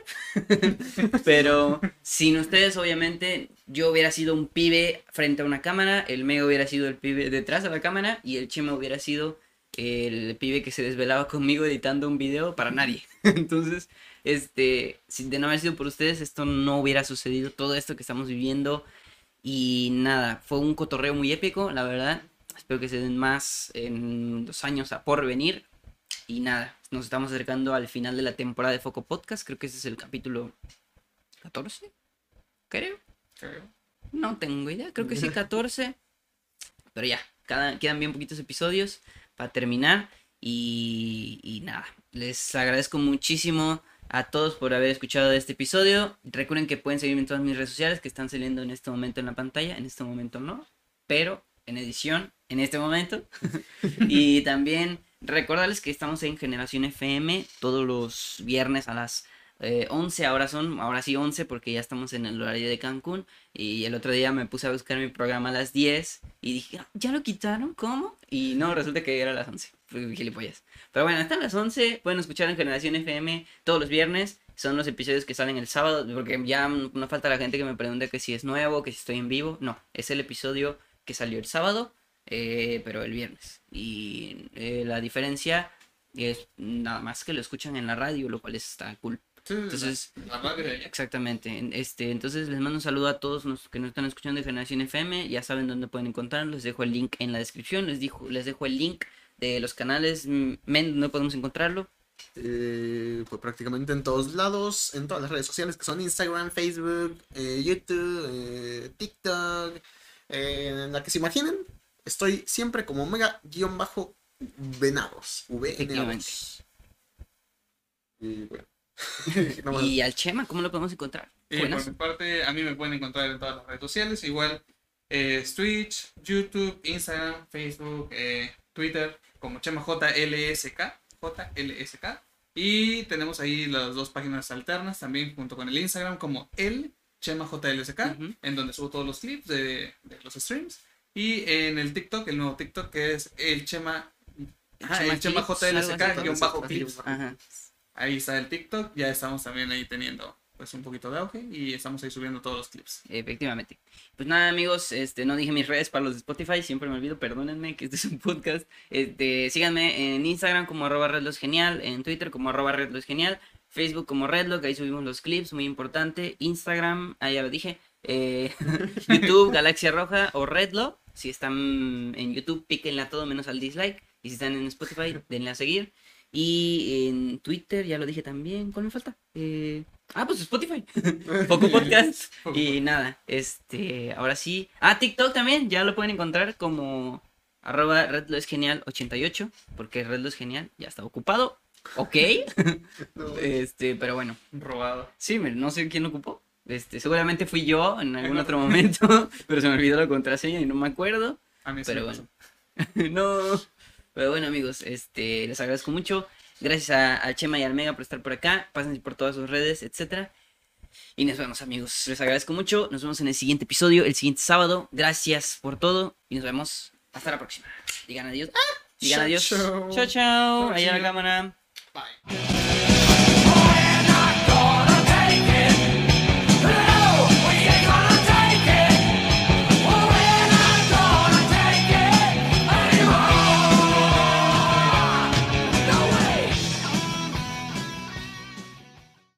Pero sin ustedes, obviamente, yo hubiera sido un pibe frente a una cámara, el Mega hubiera sido el pibe detrás de la cámara y el Chema hubiera sido el pibe que se desvelaba conmigo editando un video para nadie. Entonces, este, si de no haber sido por ustedes, esto no hubiera sucedido, todo esto que estamos viviendo. Y nada, fue un cotorreo muy épico, la verdad. Espero que se den más en los años a por venir. Y nada, nos estamos acercando al final de la temporada de Foco Podcast. Creo que ese es el capítulo catorce, creo. Creo. No tengo idea, creo que sí, catorce. Pero ya, cada, quedan bien poquitos episodios para terminar. Y, y nada, les agradezco muchísimo a todos por haber escuchado este episodio. Recuerden que pueden seguirme en todas mis redes sociales que están saliendo en este momento en la pantalla. En este momento no, pero en edición en este momento. Y también recordarles que estamos en Generación F M todos los viernes a las eh, once, ahora son, ahora sí once porque ya estamos en el horario de Cancún. Y el otro día me puse a buscar mi programa a las diez y dije, "Ah, ¿ya lo quitaron? ¿Cómo?" Y no, resulta que era a las once. Fui gilipollas. Pero bueno, hasta las once pueden escuchar en Generación F M todos los viernes. Son los episodios que salen el sábado, porque ya no falta la gente que me pregunte que si es nuevo, que si estoy en vivo. No, es el episodio que salió el sábado, eh, pero el viernes. Y eh, la diferencia es nada más que lo escuchan en la radio, lo cual está cool. Sí, Entonces, la radio de ella. exactamente. en- Este, entonces les mando un saludo a todos los que nos están escuchando de Generación F M. Ya saben dónde pueden encontrarlos. Les dejo el link en la descripción. Les, dijo, les dejo el link de los canales. mm, Men, ¿dónde podemos encontrarlo? Eh, pues prácticamente en todos lados, en todas las redes sociales que son Instagram, Facebook, eh, YouTube, eh, TikTok, eh, en la que se imaginen. Estoy siempre como mega-venados. V Efectivamente. Y bueno. No más. Y al Chema, ¿cómo lo podemos encontrar? Y Buenas. por mi parte, a mí me pueden encontrar en todas las redes sociales, igual eh, Twitch, YouTube, Instagram, Facebook, eh, Twitter, como Chema J L S K, J L S K. Y tenemos ahí las dos páginas alternas también junto con el Instagram como el Chema J L S K, Ujú. en donde subo todos los clips de, de los streams. Y en el TikTok, el nuevo TikTok que es el Chema, Ah, el Chema Chema Clips, J L S algo K así. guión bajo clips. Ajá. Ahí está el TikTok, ya estamos también ahí teniendo pues un poquito de auge y estamos ahí subiendo todos los clips. Efectivamente. Pues nada, amigos, este, no dije mis redes para los de Spotify, siempre me olvido, perdónenme que este es un podcast. Este, síganme en Instagram como arroba redlosgenial, en Twitter como arroba redlosgenial, Facebook como redlog, ahí subimos los clips, muy importante. Instagram, ah, ya lo dije. Eh, YouTube, Galaxia Roja o Redlo. Si están en YouTube, píquenle a todo menos al dislike. Y si están en Spotify, denle a seguir. Y en Twitter, ya lo dije también. ¿Cuál me falta? Eh, ah, pues Spotify. Foco Podcast. Y nada, este, ahora sí. Ah, TikTok también, ya lo pueden encontrar como arroba redlosgenial ochenta y ocho. Porque Redlo es genial, ya está ocupado. Ok. No, Este, pero bueno. Robado. Sí, me- no sé quién lo ocupó. Este, seguramente fui yo en algún otro momento. Pero se me olvidó la contraseña y no me acuerdo. A mí sí Pero me bueno. pasó. No. Pero bueno, amigos, este, les agradezco mucho. Gracias a, a Chema y al Mega por estar por acá. Pásense por todas sus redes, etcétera. Y nos vemos, amigos. Les agradezco mucho. Nos vemos en el siguiente episodio, el siguiente sábado. Gracias por todo. Y nos vemos hasta la próxima. Digan adiós. ¡Ah! Digan Chao, adiós. chao. Chao, chao. Ahí a la chao. cámara. Bye.